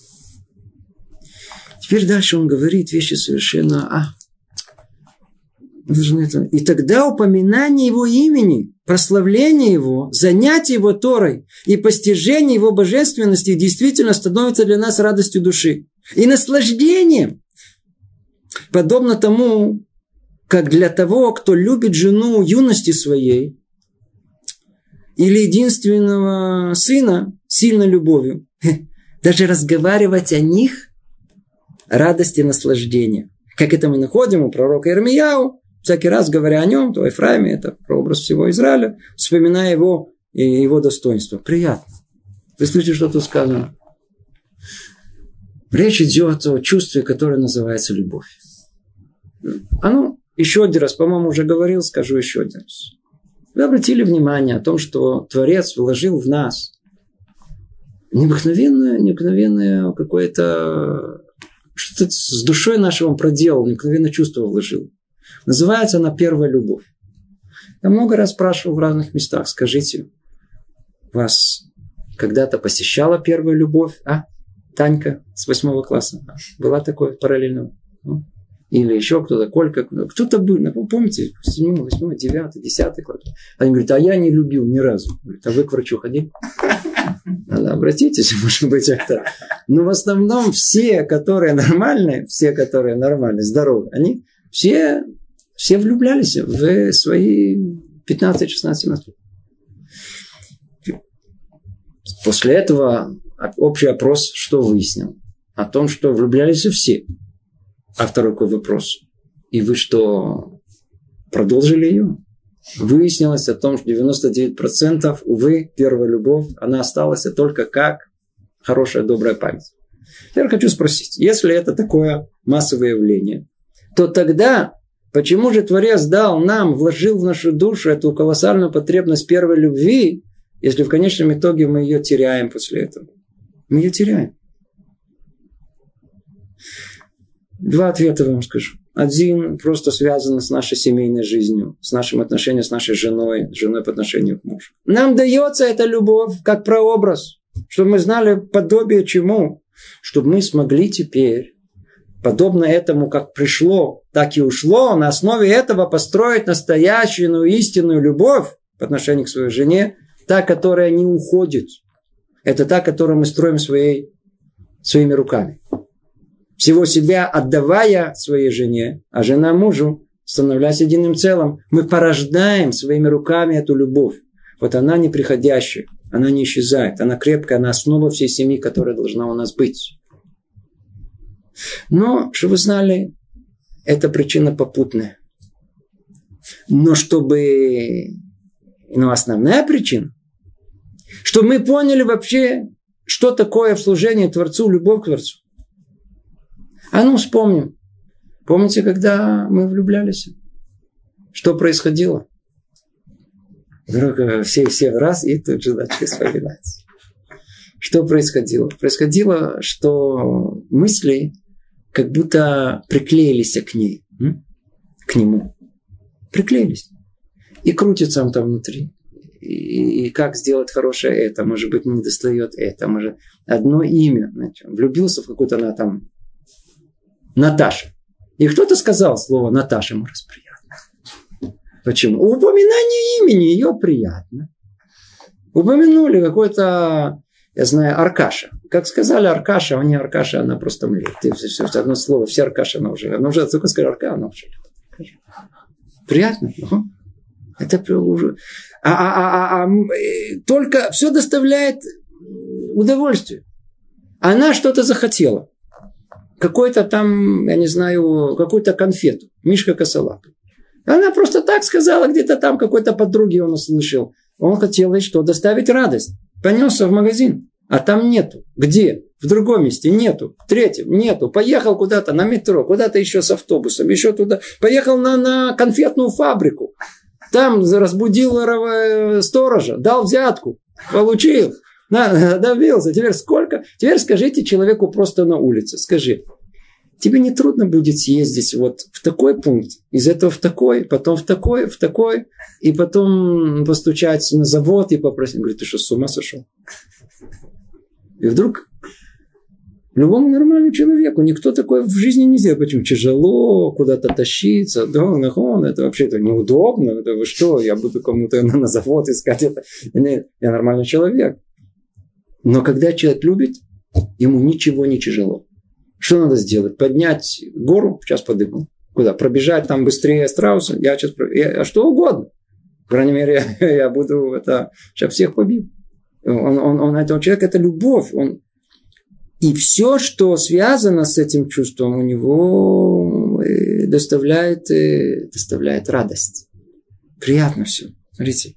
Теперь дальше он говорит вещи совершенно... А, и тогда упоминание его имени, прославление его, занятие его Торой и постижение его божественности действительно становится для нас радостью души и наслаждением. Подобно тому, как для того, кто любит жену юности своей или единственного сына, сильной любовью. Даже разговаривать о них – радость и наслаждение. Как это мы находим у пророка Ирмияу, всякий раз говоря о нем, то о Ефраиме, это прообраз всего Израиля, вспоминая его и его достоинство. Приятно. Вы слышите, что тут сказано? Речь идет о чувстве, которое называется любовь. А ну, еще один раз, по-моему, уже говорил, скажу еще один раз. Вы обратили внимание о том, что Творец вложил в нас необыкновенное, необыкновенное какое-то что-то с душой нашей он проделал, необыкновенно чувство вложил. Называется она первая любовь. Я много раз спрашивал в разных местах, скажите, вас когда-то посещала первая любовь, а? Танька с восьмого класса. Была такое параллельно? Или еще кто-то, Колька, кто-то был, ну, помните, седьмой, восьмой, девятый, десятый класс. Они говорят, а я не любил ни разу. Говорят, а вы к врачу ходили? Надо обратитесь, может быть, это. Но в основном все, которые нормальные, все, которые нормальные, здоровые, они все, все влюблялись в свои пятнадцать, шестнадцать, семнадцать лет. После этого общий опрос что выяснил? О том, что влюблялись все. А второй какой вопрос? И вы что, продолжили ее? Выяснилось о том, что девяносто девять процентов, увы, первая любовь, она осталась только как хорошая, добрая память. Я хочу спросить, если это такое массовое явление, то тогда почему же Творец дал нам, вложил в нашу душу эту колоссальную потребность первой любви, если в конечном итоге мы ее теряем после этого? Мы ее теряем. Два ответа вам скажу. Один просто связан с нашей семейной жизнью, с нашим отношением с нашей женой, с женой по отношению к мужу. Нам дается эта любовь как прообраз, чтобы мы знали подобие чему, чтобы мы смогли теперь, подобно этому, как пришло, так и ушло, на основе этого построить настоящую, истинную любовь по отношению к своей жене, та, которая не уходит. Это та, которую мы строим своей, своими руками. Всего себя отдавая своей жене, а жена мужу, становляясь единым целым, мы порождаем своими руками эту любовь. Вот она неприходящая, она не исчезает, она крепкая, она основа всей семьи, которая должна у нас быть. Но, чтобы вы знали, это причина попутная. Но чтобы... Но основная причина, чтобы мы поняли вообще, что такое в служении Творцу, любовь к Творцу. А ну, вспомним. Помните, когда мы влюблялись? Что происходило? Вдруг все, все в раз и тут же начали вспоминать. Что происходило? Происходило, что мысли как будто приклеились к ней, к нему. Приклеились. И крутятся он там внутри. И, и как сделать хорошее это? Может быть, не достает это. Может, одно имя. Знаете, влюбился в какую-то она там Наташа. И кто-то сказал слово Наташа, ему раз приятно. Почему? Упоминание имени ее приятно. Упомянули какой-то, я знаю, Аркаша. Как сказали Аркаша, а не Аркаша, она просто млеет. Ты все, все, одно слово, все Аркаша, она уже. Она уже только сказала Арка, она уже. Приятно. Угу. Это уже. А, а, а, а, а, только все доставляет удовольствие. Она что-то захотела. Какой-то там, я не знаю, какую-то конфету. Мишка Косолапый. Она просто так сказала, где-то там какой-то подруги он услышал. Он хотел ей что? Доставить радость. Понесся в магазин. А там нету. Где? В другом месте нету. В третьем нету. Поехал куда-то на метро, куда-то еще с автобусом, еще туда. Поехал на, на конфетную фабрику. Там разбудил сторожа, дал взятку. Получил. На, добился. Теперь сколько? Теперь скажите человеку просто на улице. Скажи. Тебе не трудно будет съездить вот в такой пункт, из этого в такой, потом в такой, в такой, и потом постучать на завод и попросить. Говорит, ты что, с ума сошел? И вдруг любому нормальному человеку никто такое в жизни не сделает. Почему? Тяжело куда-то тащиться. Да, нахон, это вообще-то неудобно. Это вы что, я буду кому-то на завод искать это. Я нормальный человек. Но когда человек любит, ему ничего не тяжело. Что надо сделать? Поднять гору, сейчас подыму. Куда? Пробежать там быстрее страуса. Я сейчас... Я, а что угодно. По крайней мере, я, я буду это... Сейчас всех побью. Он, он, он, этого человека это любовь. Он... И все, что связано с этим чувством, у него доставляет, доставляет радость. Приятно все. Смотрите.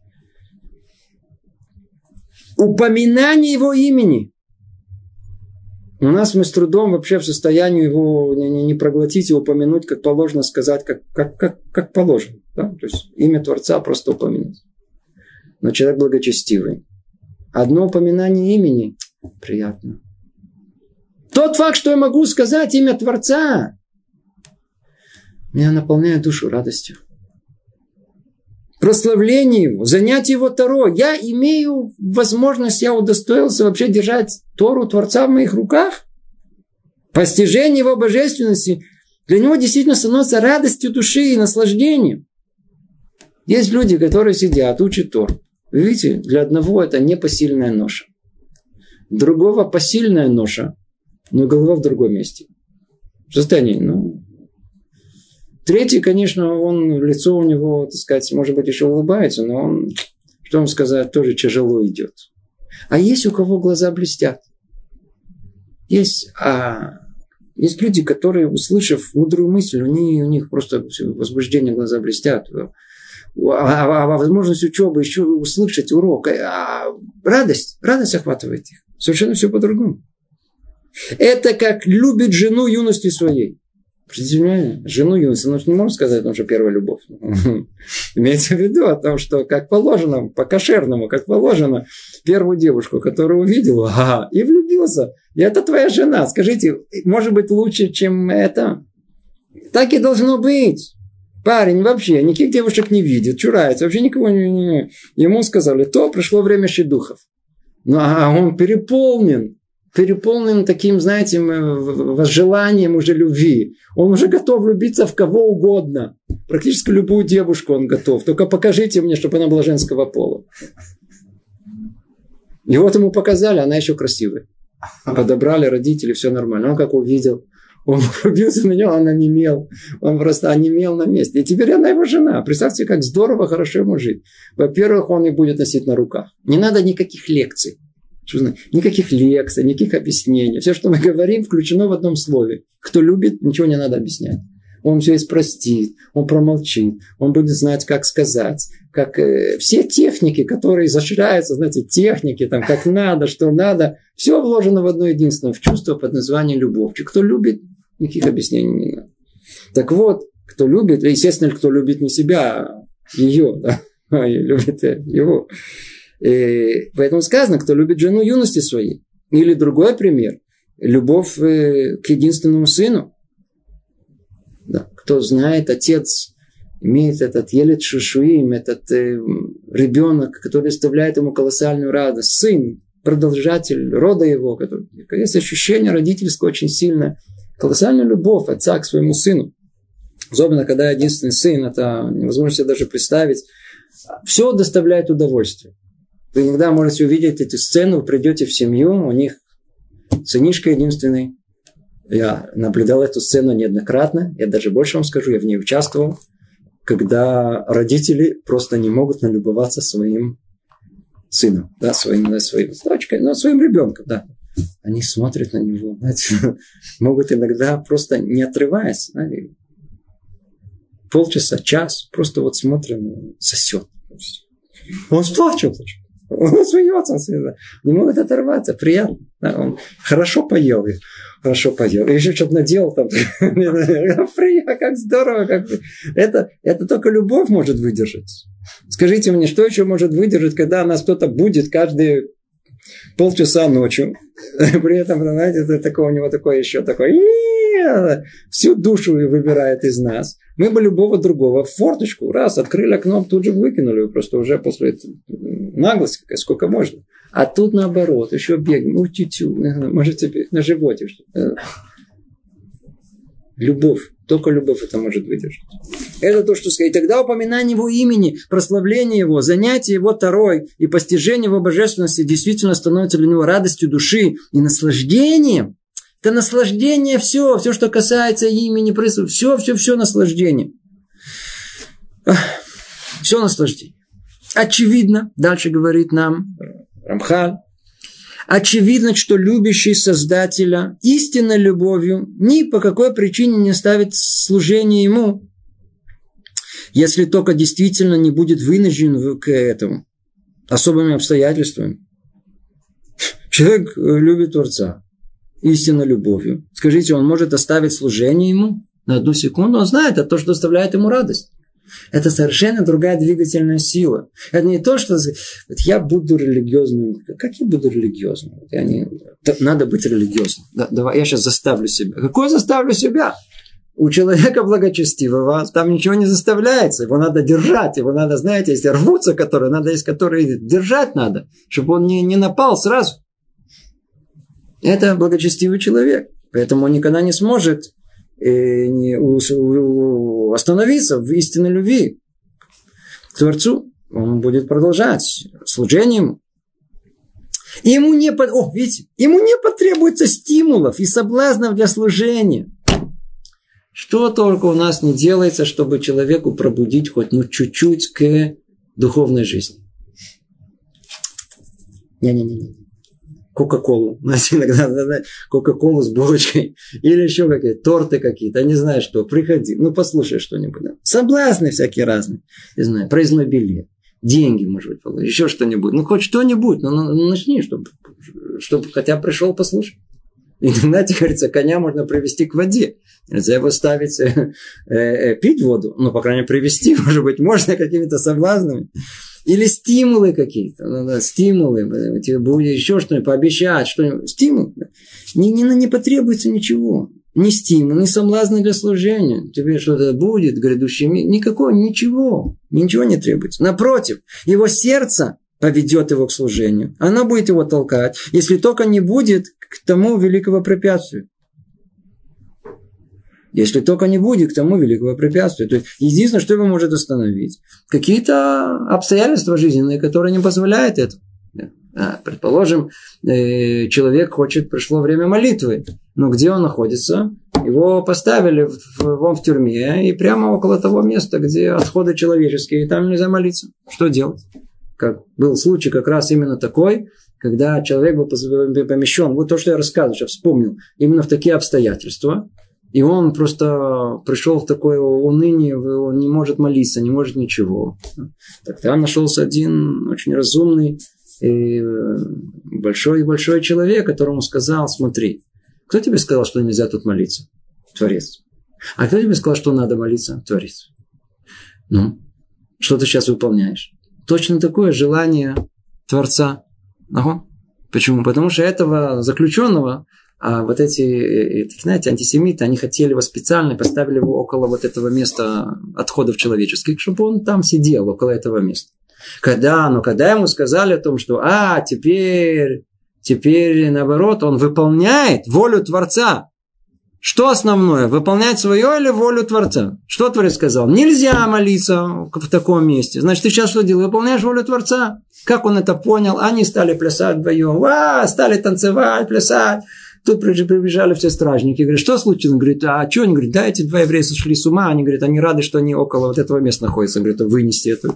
Упоминание его имени. У нас мы с трудом вообще в состоянии его не, не, не проглотить и упомянуть, как положено сказать, как, как, как, как положено. Да? То есть имя Творца просто упомянуть. Но человек благочестивый. Одно упоминание имени приятно. Тот факт, что я могу сказать имя Творца, меня наполняет душу радостью. Прославление Его, занятие Его Торо. Я имею возможность, я удостоился вообще держать Тору Творца в моих руках. Постижение Его божественности для Него действительно становится радостью души и наслаждением. Есть люди, которые сидят, учат Тору. Вы видите, для одного это непосильная ноша. Другого посильная ноша, но голова в другом месте. В состоянии, ну... Третий, конечно, он, лицо у него, так сказать, может быть, еще улыбается, но он, что вам сказать, тоже тяжело идет. А есть у кого глаза блестят. Есть, а, есть люди, которые, услышав мудрую мысль, у них, у них просто возбуждение, глаза блестят. А, а, а возможность учебы, еще услышать урок, а, радость, радость охватывает их. Совершенно все по-другому. Это как любит жену юности своей. Представляете, жену юности, ну, не можно сказать, потому что первая любовь. Имеется в виду о том, что как положено, по-кошерному, как положено, первую девушку, которую увидел, ага, и влюбился. И это твоя жена. Скажите, может быть лучше, чем это? Так и должно быть. Парень вообще никаких девушек не видит, чурается, вообще никого не... не... Ему сказали, то пришло время шедухов. Ну, а он переполнен. Переполнен таким, знаете, возжеланием уже любви. Он уже готов влюбиться в кого угодно. Практически любую девушку он готов. Только покажите мне, чтобы она была женского пола. И вот ему показали, она еще красивая. Подобрали родители, все нормально. Он как увидел, он влюбился на нее, он онемел. Он просто онемел на месте. И теперь она его жена. Представьте, как здорово, хорошо ему жить. Во-первых, он их будет носить на руках. Не надо никаких лекций. Никаких лекций, никаких объяснений. Все, что мы говорим, включено в одном слове. Кто любит, ничего не надо объяснять. Он все испростит, он промолчит, он будет знать, как сказать. Как, э, все техники, которые изощряются, знаете, техники, там, как надо, что надо, все вложено в одно единственное, в чувство под названием любовь. Кто любит, никаких объяснений не надо. Так вот, кто любит, естественно, кто любит не себя, а ее, да, а любит его. И поэтому сказано, кто любит жену юности своей. Или другой пример. Любовь к единственному сыну. Да. Кто знает, отец имеет этот елет шушуим, этот э, ребенок, который доставляет ему колоссальную радость. Сын, продолжатель рода его. Который, есть ощущение родительское очень сильное. Колоссальная любовь отца к своему сыну. Особенно, когда единственный сын, это невозможно себе даже представить. Все доставляет удовольствие. Вы иногда можете увидеть эту сцену, вы придете в семью, у них сынишка единственный. Я наблюдал эту сцену неоднократно, я даже больше вам скажу, я в ней участвовал, когда родители просто не могут налюбоваться своим сыном, да, своим, да, своим дочкой, ну, своим ребенком, да. Они смотрят на него, знаете, могут иногда просто не отрываясь, знаете, полчаса, час, просто вот смотрим, сосет. Он сплачет. Он смеется, он смеется. Не может оторваться, приятно. Да, он хорошо поел, хорошо поел. И еще что-то наделал там. Приятно, как здорово. Как... Это, это только любовь может выдержать. Скажите мне, что еще может выдержать, когда нас кто-то будет каждые полчаса ночью. При этом, знаете, это такое, у него такое еще такое. Всю душу выбирает из нас. Мы бы любого другого в форточку, раз, открыли окно, тут же выкинули. Просто уже после этого наглости, сколько можно. А тут наоборот, еще бегаем. Ну, тю-тю, может, тебе на животе. Любовь. Только любовь это может выдержать. Это то, что сказать. И тогда упоминание его имени, прославление его, занятие его Торой и постижение его божественности действительно становится для него радостью души и наслаждением. Это наслаждение все, все, что касается имени, все, все, все наслаждение. Все наслаждение. Очевидно, дальше говорит нам Рамхаль, очевидно, что любящий Создателя истинной любовью ни по какой причине не ставит служение ему, если только действительно не будет вынужден к этому особыми обстоятельствами. Человек любит Творца истинной любовью. Скажите, он может оставить служение ему на одну секунду? Он знает, это то, что доставляет ему радость. Это совершенно другая двигательная сила. Это не то, что вот я буду религиозным. Как я буду религиозным? Я не... Надо быть религиозным. Да, давай, я сейчас заставлю себя. Какое заставлю себя? У человека благочестивого там ничего не заставляется. Его надо держать. Его надо, знаете, если рвутся, которые, надо, есть которые держать надо, чтобы он не, не напал сразу. Это благочестивый человек. Поэтому он никогда не сможет э, не, у, у, остановиться в истинной любви к Творцу. Он будет продолжать служением. И ему не, о, видите, ему не потребуется стимулов и соблазнов для служения. Что только у нас не делается, чтобы человеку пробудить хоть ну, чуть-чуть к духовной жизни. Не-не-не. Кока-колу. Знаете, иногда Кока-колу с булочкой. Или еще какие-то торты какие-то. Я не знаю что. Приходи. Ну, послушай что-нибудь. Да. Соблазны всякие разные. Не знаю. Проездной билет. Деньги, может быть, получить. Еще что-нибудь. Ну, хоть что-нибудь. Ну, ну начни, чтобы, чтобы хотя бы пришел послушать. И, знаете, говорится, коня можно привести к воде. Нельзя его ставить, э, э, пить воду. Ну, по крайней мере, привести, может быть, можно какими-то соблазнами. Или стимулы какие-то. Ну, да, стимулы. Тебе будет еще что-нибудь, пообещать что-нибудь. Стимул. Не, не, не потребуется ничего. Ни стимул, ни соблазны для служения. Тебе что-то будет, грядущий мир. Никакого, ничего. Ничего не требуется. Напротив, его сердце поведет его к служению. Оно будет его толкать, если только не будет к тому великого препятствия. Если только не будет к тому великого препятствия. То есть, единственное, что его может остановить, какие-то обстоятельства жизненные, которые не позволяют это. Предположим, человек хочет, пришло время молитвы, но где он находится? Его поставили в, в, в тюрьме, и прямо около того места, где отходы человеческие, и там нельзя молиться. Что делать? Как был случай как раз именно такой, когда человек был помещен, вот то, что я рассказывал, сейчас вспомнил, именно в такие обстоятельства, и он просто пришел в такое уныние, он не может молиться, не может ничего. Тогда нашелся один очень разумный и большой-большой человек, которому сказал: смотри, кто тебе сказал, что нельзя тут молиться? Творец. А кто тебе сказал, что надо молиться? Творец. Ну, что ты сейчас выполняешь? Точно такое желание Творца. Ага. Почему? Потому что этого заключенного, а вот эти, знаете, антисемиты, они хотели его специально, поставили его около вот этого места отходов человеческих, чтобы он там сидел около этого места. Когда, но когда ему сказали о том, что а, теперь, теперь наоборот, он выполняет волю Творца. Что основное? Выполнять свое или волю Творца? Что Творец сказал? Нельзя молиться в таком месте. Значит, ты сейчас что делаешь? Выполняешь волю Творца. Как он это понял? Они стали плясать вдвоем. А, стали танцевать, плясать. Тут прибежали все стражники. Говорят, что случилось? Он говорит, а что? Они говорят, да, эти два еврея сошли с ума. Они говорят, они рады, что они около вот этого места находятся. Он говорит, вынести это.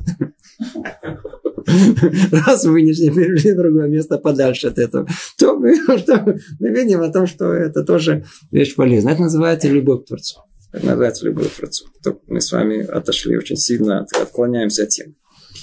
Раз вынесли, перешли в другое место подальше от этого, то мы, что, мы видим о том, что это тоже вещь полезная. Это называется любовь к Творцу. Это называется любовь к Творцу. То мы с вами отошли очень сильно, отклоняемся от темы.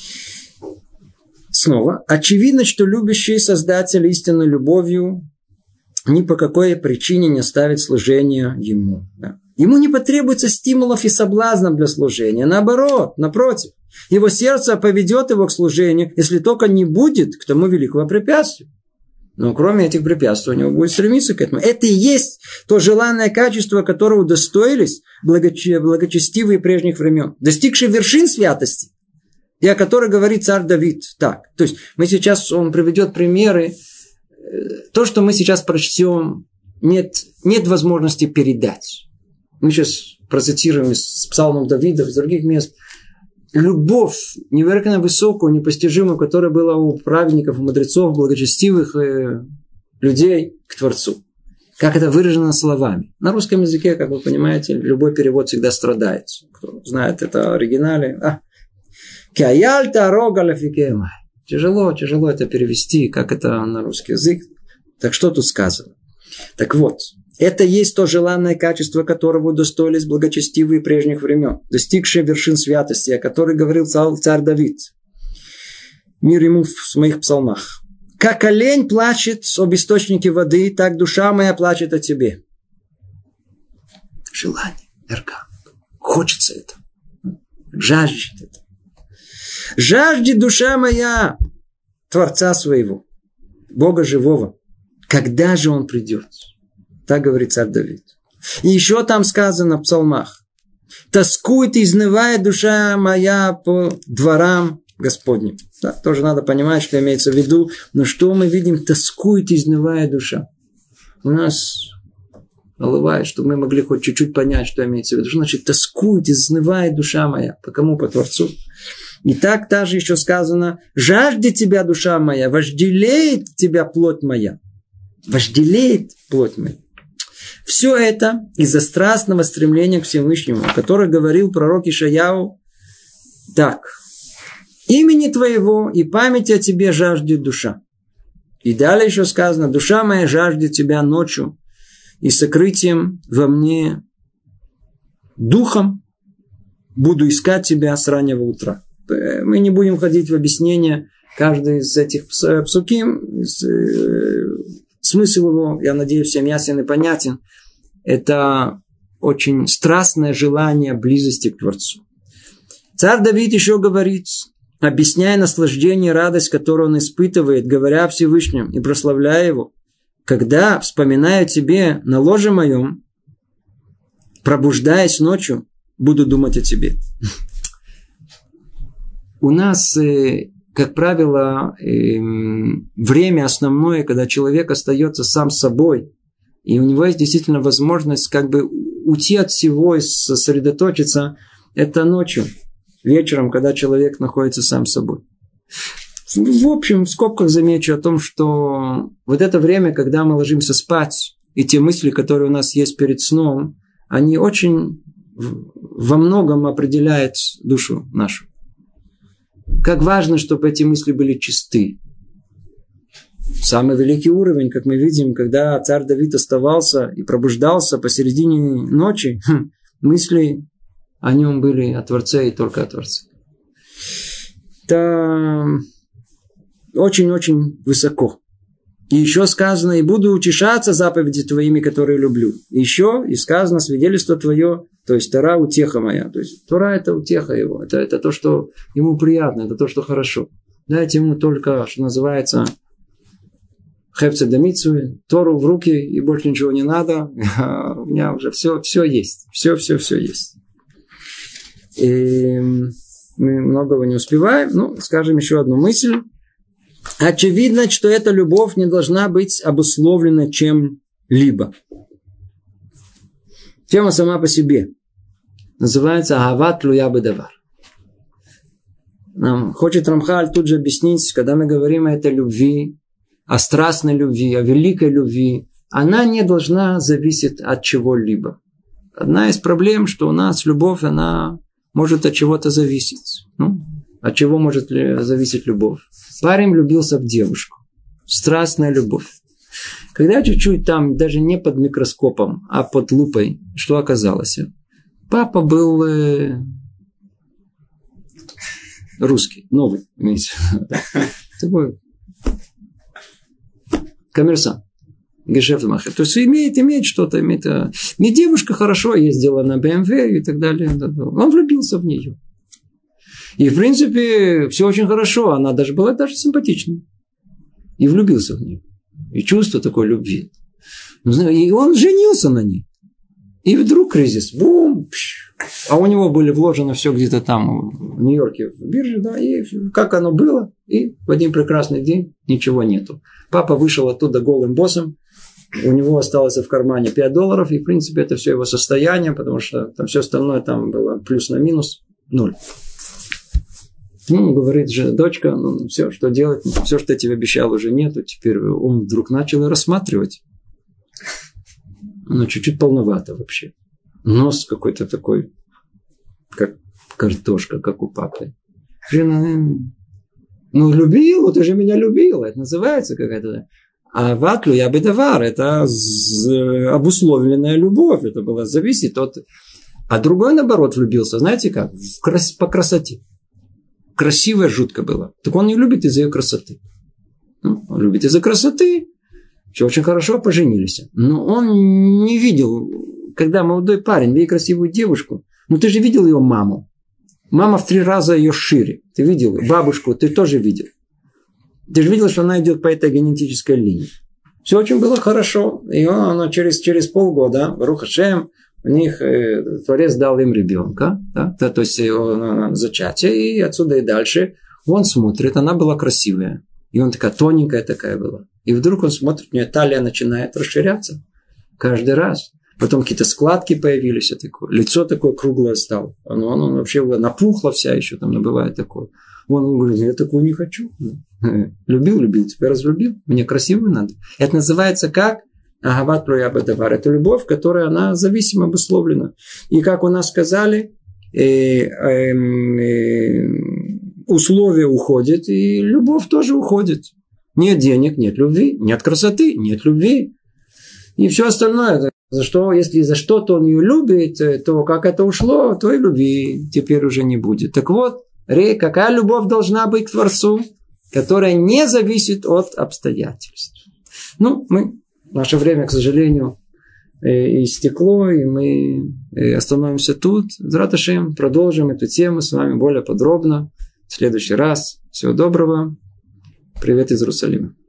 Снова. Очевидно, что любящий Создатель истинной любовью ни по какой причине не оставит служение Ему. Да. Ему не потребуется стимулов и соблазнов для служения. Наоборот, напротив. Его сердце поведет его к служению, если только не будет к тому великого препятствию. Но кроме этих препятствий, у него будет стремиться к этому. Это и есть то желанное качество, которого удостоились благоче... благочестивые прежних времен, достигшие вершин святости, и о которой говорит царь Давид. Так, то есть мы сейчас, он приведет примеры. То, что мы сейчас прочтем, нет, нет возможности передать. Мы сейчас процитируем из псалмов Давида, из других мест. Любовь невероятно высокую, непостижимую, которая была у праведников, у мудрецов, благочестивых э, людей к Творцу. Как это выражено словами. На русском языке, как вы понимаете, любой перевод всегда страдает. Кто знает это в оригинале. А. Тяжело, тяжело это перевести, как это на русский язык. Так что тут сказано? Так вот. Это есть то желанное качество, которого удостоились благочестивые прежних времен, достигшие вершин святости, о которой говорил царь Давид. Мир ему в своих псалмах. «Как олень плачет об источнике воды, так душа моя плачет о тебе». Желание, эрга. Хочется это. Жаждет это. Жаждет душа моя Творца своего, Бога живого. Когда же Он придет? Так говорит царь Давид. И еще там сказано в псалмах. Тоскует и изнывает душа моя по дворам Господним. Да, тоже надо понимать, что имеется в виду. Но что мы видим? Тоскует и изнывает душа. У нас наливает, чтобы мы могли хоть чуть-чуть понять, что имеется в виду. Что значит тоскует и изнывает душа моя? По кому? По Творцу. И так также еще сказано, жаждет тебя душа моя, вожделеет тебя плоть моя. Вожделеет плоть моя. Все это из-за страстного стремления к Всевышнему, о котором говорил пророк Ишаяу. Так, имени твоего и памяти о тебе жаждет душа. И далее еще сказано, душа моя жаждет тебя ночью и сокрытием во мне духом буду искать тебя с раннего утра. Мы не будем ходить в объяснение каждой из этих псуким. Смысл его, я надеюсь, всем ясен и понятен. Это очень страстное желание близости к Творцу. Царь Давид еще говорит, объясняя наслаждение и радость, которую он испытывает, говоря о Всевышнем и прославляя его. Когда вспоминаю тебе на ложе моем, пробуждаясь ночью, буду думать о тебе. У нас, как правило, время основное, когда человек остается сам собой, и у него есть действительно возможность как бы уйти от всего и сосредоточиться, это ночью, вечером, когда человек находится сам собой. В общем, в скобках замечу о том, что вот это время, когда мы ложимся спать, и те мысли, которые у нас есть перед сном, они очень во многом определяют душу нашу. Как важно, чтобы эти мысли были чисты. Самый великий уровень, как мы видим, когда царь Давид оставался и пробуждался посередине ночи, мысли о нем были о Творце и только о Творце. Это очень-очень высоко. И еще сказано, и буду утешаться заповеди твоими, которые люблю. И еще и сказано, свидетельство твое, то есть Тора утеха моя. То есть Тора это утеха его. Это, это то, что ему приятно, это то, что хорошо. Дайте ему только, что называется, хефце да мицвы, Тору в руки, и больше ничего не надо. У меня уже все, все есть. Все, все, все есть. И мы многого не успеваем. Ну, скажем еще одну мысль. Очевидно, что эта любовь не должна быть обусловлена чем-либо. Тема сама по себе. Называется «Ахават тлуя бедавар». Нам хочет Рамхаль тут же объяснить, когда мы говорим о этой любви, о страстной любви, о великой любви, она не должна зависеть от чего-либо. Одна из проблем, что у нас любовь, она может от чего-то зависеть. Ну, от чего может зависеть любовь? Парень влюбился в девушку. Страстная любовь. Когда чуть-чуть там, даже не под микроскопом, а под лупой, что оказалось? Папа был э, русский, новый. Такой коммерсант. Гешефтмахер. То есть имеет, имеет что-то. Имеет, не девушка хорошо ездила на бэ эм вэ и так далее. Он влюбился в нее. И, в принципе, все очень хорошо. Она даже была даже симпатичной. И влюбился в нее. И чувство такой любви. И он женился на ней. И вдруг кризис. Бум! Пш. А у него были вложено все где-то там, в Нью-Йорке, в бирже. Да, и как оно было. И в один прекрасный день ничего нету. Папа вышел оттуда голым боссом. У него осталось в кармане пять долларов. И, в принципе, это все его состояние. Потому что там все остальное там было плюс на минус. Ноль. Ну, говорит же, дочка, ну, все, что делать, все, что я тебе обещал, уже нету. Теперь он вдруг начал рассматривать. Ну, чуть-чуть полновато вообще. Нос какой-то такой, как картошка, как у папы. Жена, ну, любил, ты же меня любила. Это называется какая-то... А ватлю я бы давар. Это обусловленная любовь. Это было зависит от... А другой, наоборот, влюбился. Знаете как? По красоте. Красивая жутко была. Так он не любит из-за ее красоты. Ну, он любит из-за красоты. Все очень хорошо, поженились. Но он не видел, когда молодой парень видит красивую девушку. Ну, ты же видел ее маму. Мама в три раза ее шире. Ты видел? Бабушку ты тоже видел. Ты же видел, что она идет по этой генетической линии. Все очень было хорошо. И она через, через полгода, Барух Ашем, у них э, Творец дал им ребенка. Да? То, то есть он, зачатие. И отсюда и дальше. Он смотрит, она была красивая. И он такая тоненькая такая была. И вдруг он смотрит, у нее талия начинает расширяться. Каждый раз. Потом какие-то складки появились. Такое. Лицо такое круглое стало. Оно, оно вообще напухло вся еще. Там бывает такое. Он, он говорит, я такую не хочу. Любил, любил, теперь разлюбил. Мне красивую надо. Это называется как? Агават проябадавар. Это любовь, которая она зависимо обусловлена. И как у нас сказали, э, э, э, условия уходят, и любовь тоже уходит. Нет денег, нет любви. Нет красоты, нет любви. И все остальное. За что, если за что-то он ее любит, то как это ушло, то и любви теперь уже не будет. Так вот, какая любовь должна быть к Творцу, которая не зависит от обстоятельств. Ну, мы, наше время, к сожалению, истекло, и мы остановимся тут. Зрат Ашем, продолжим эту тему с вами более подробно в следующий раз. Всего доброго. Привет из Иерусалима.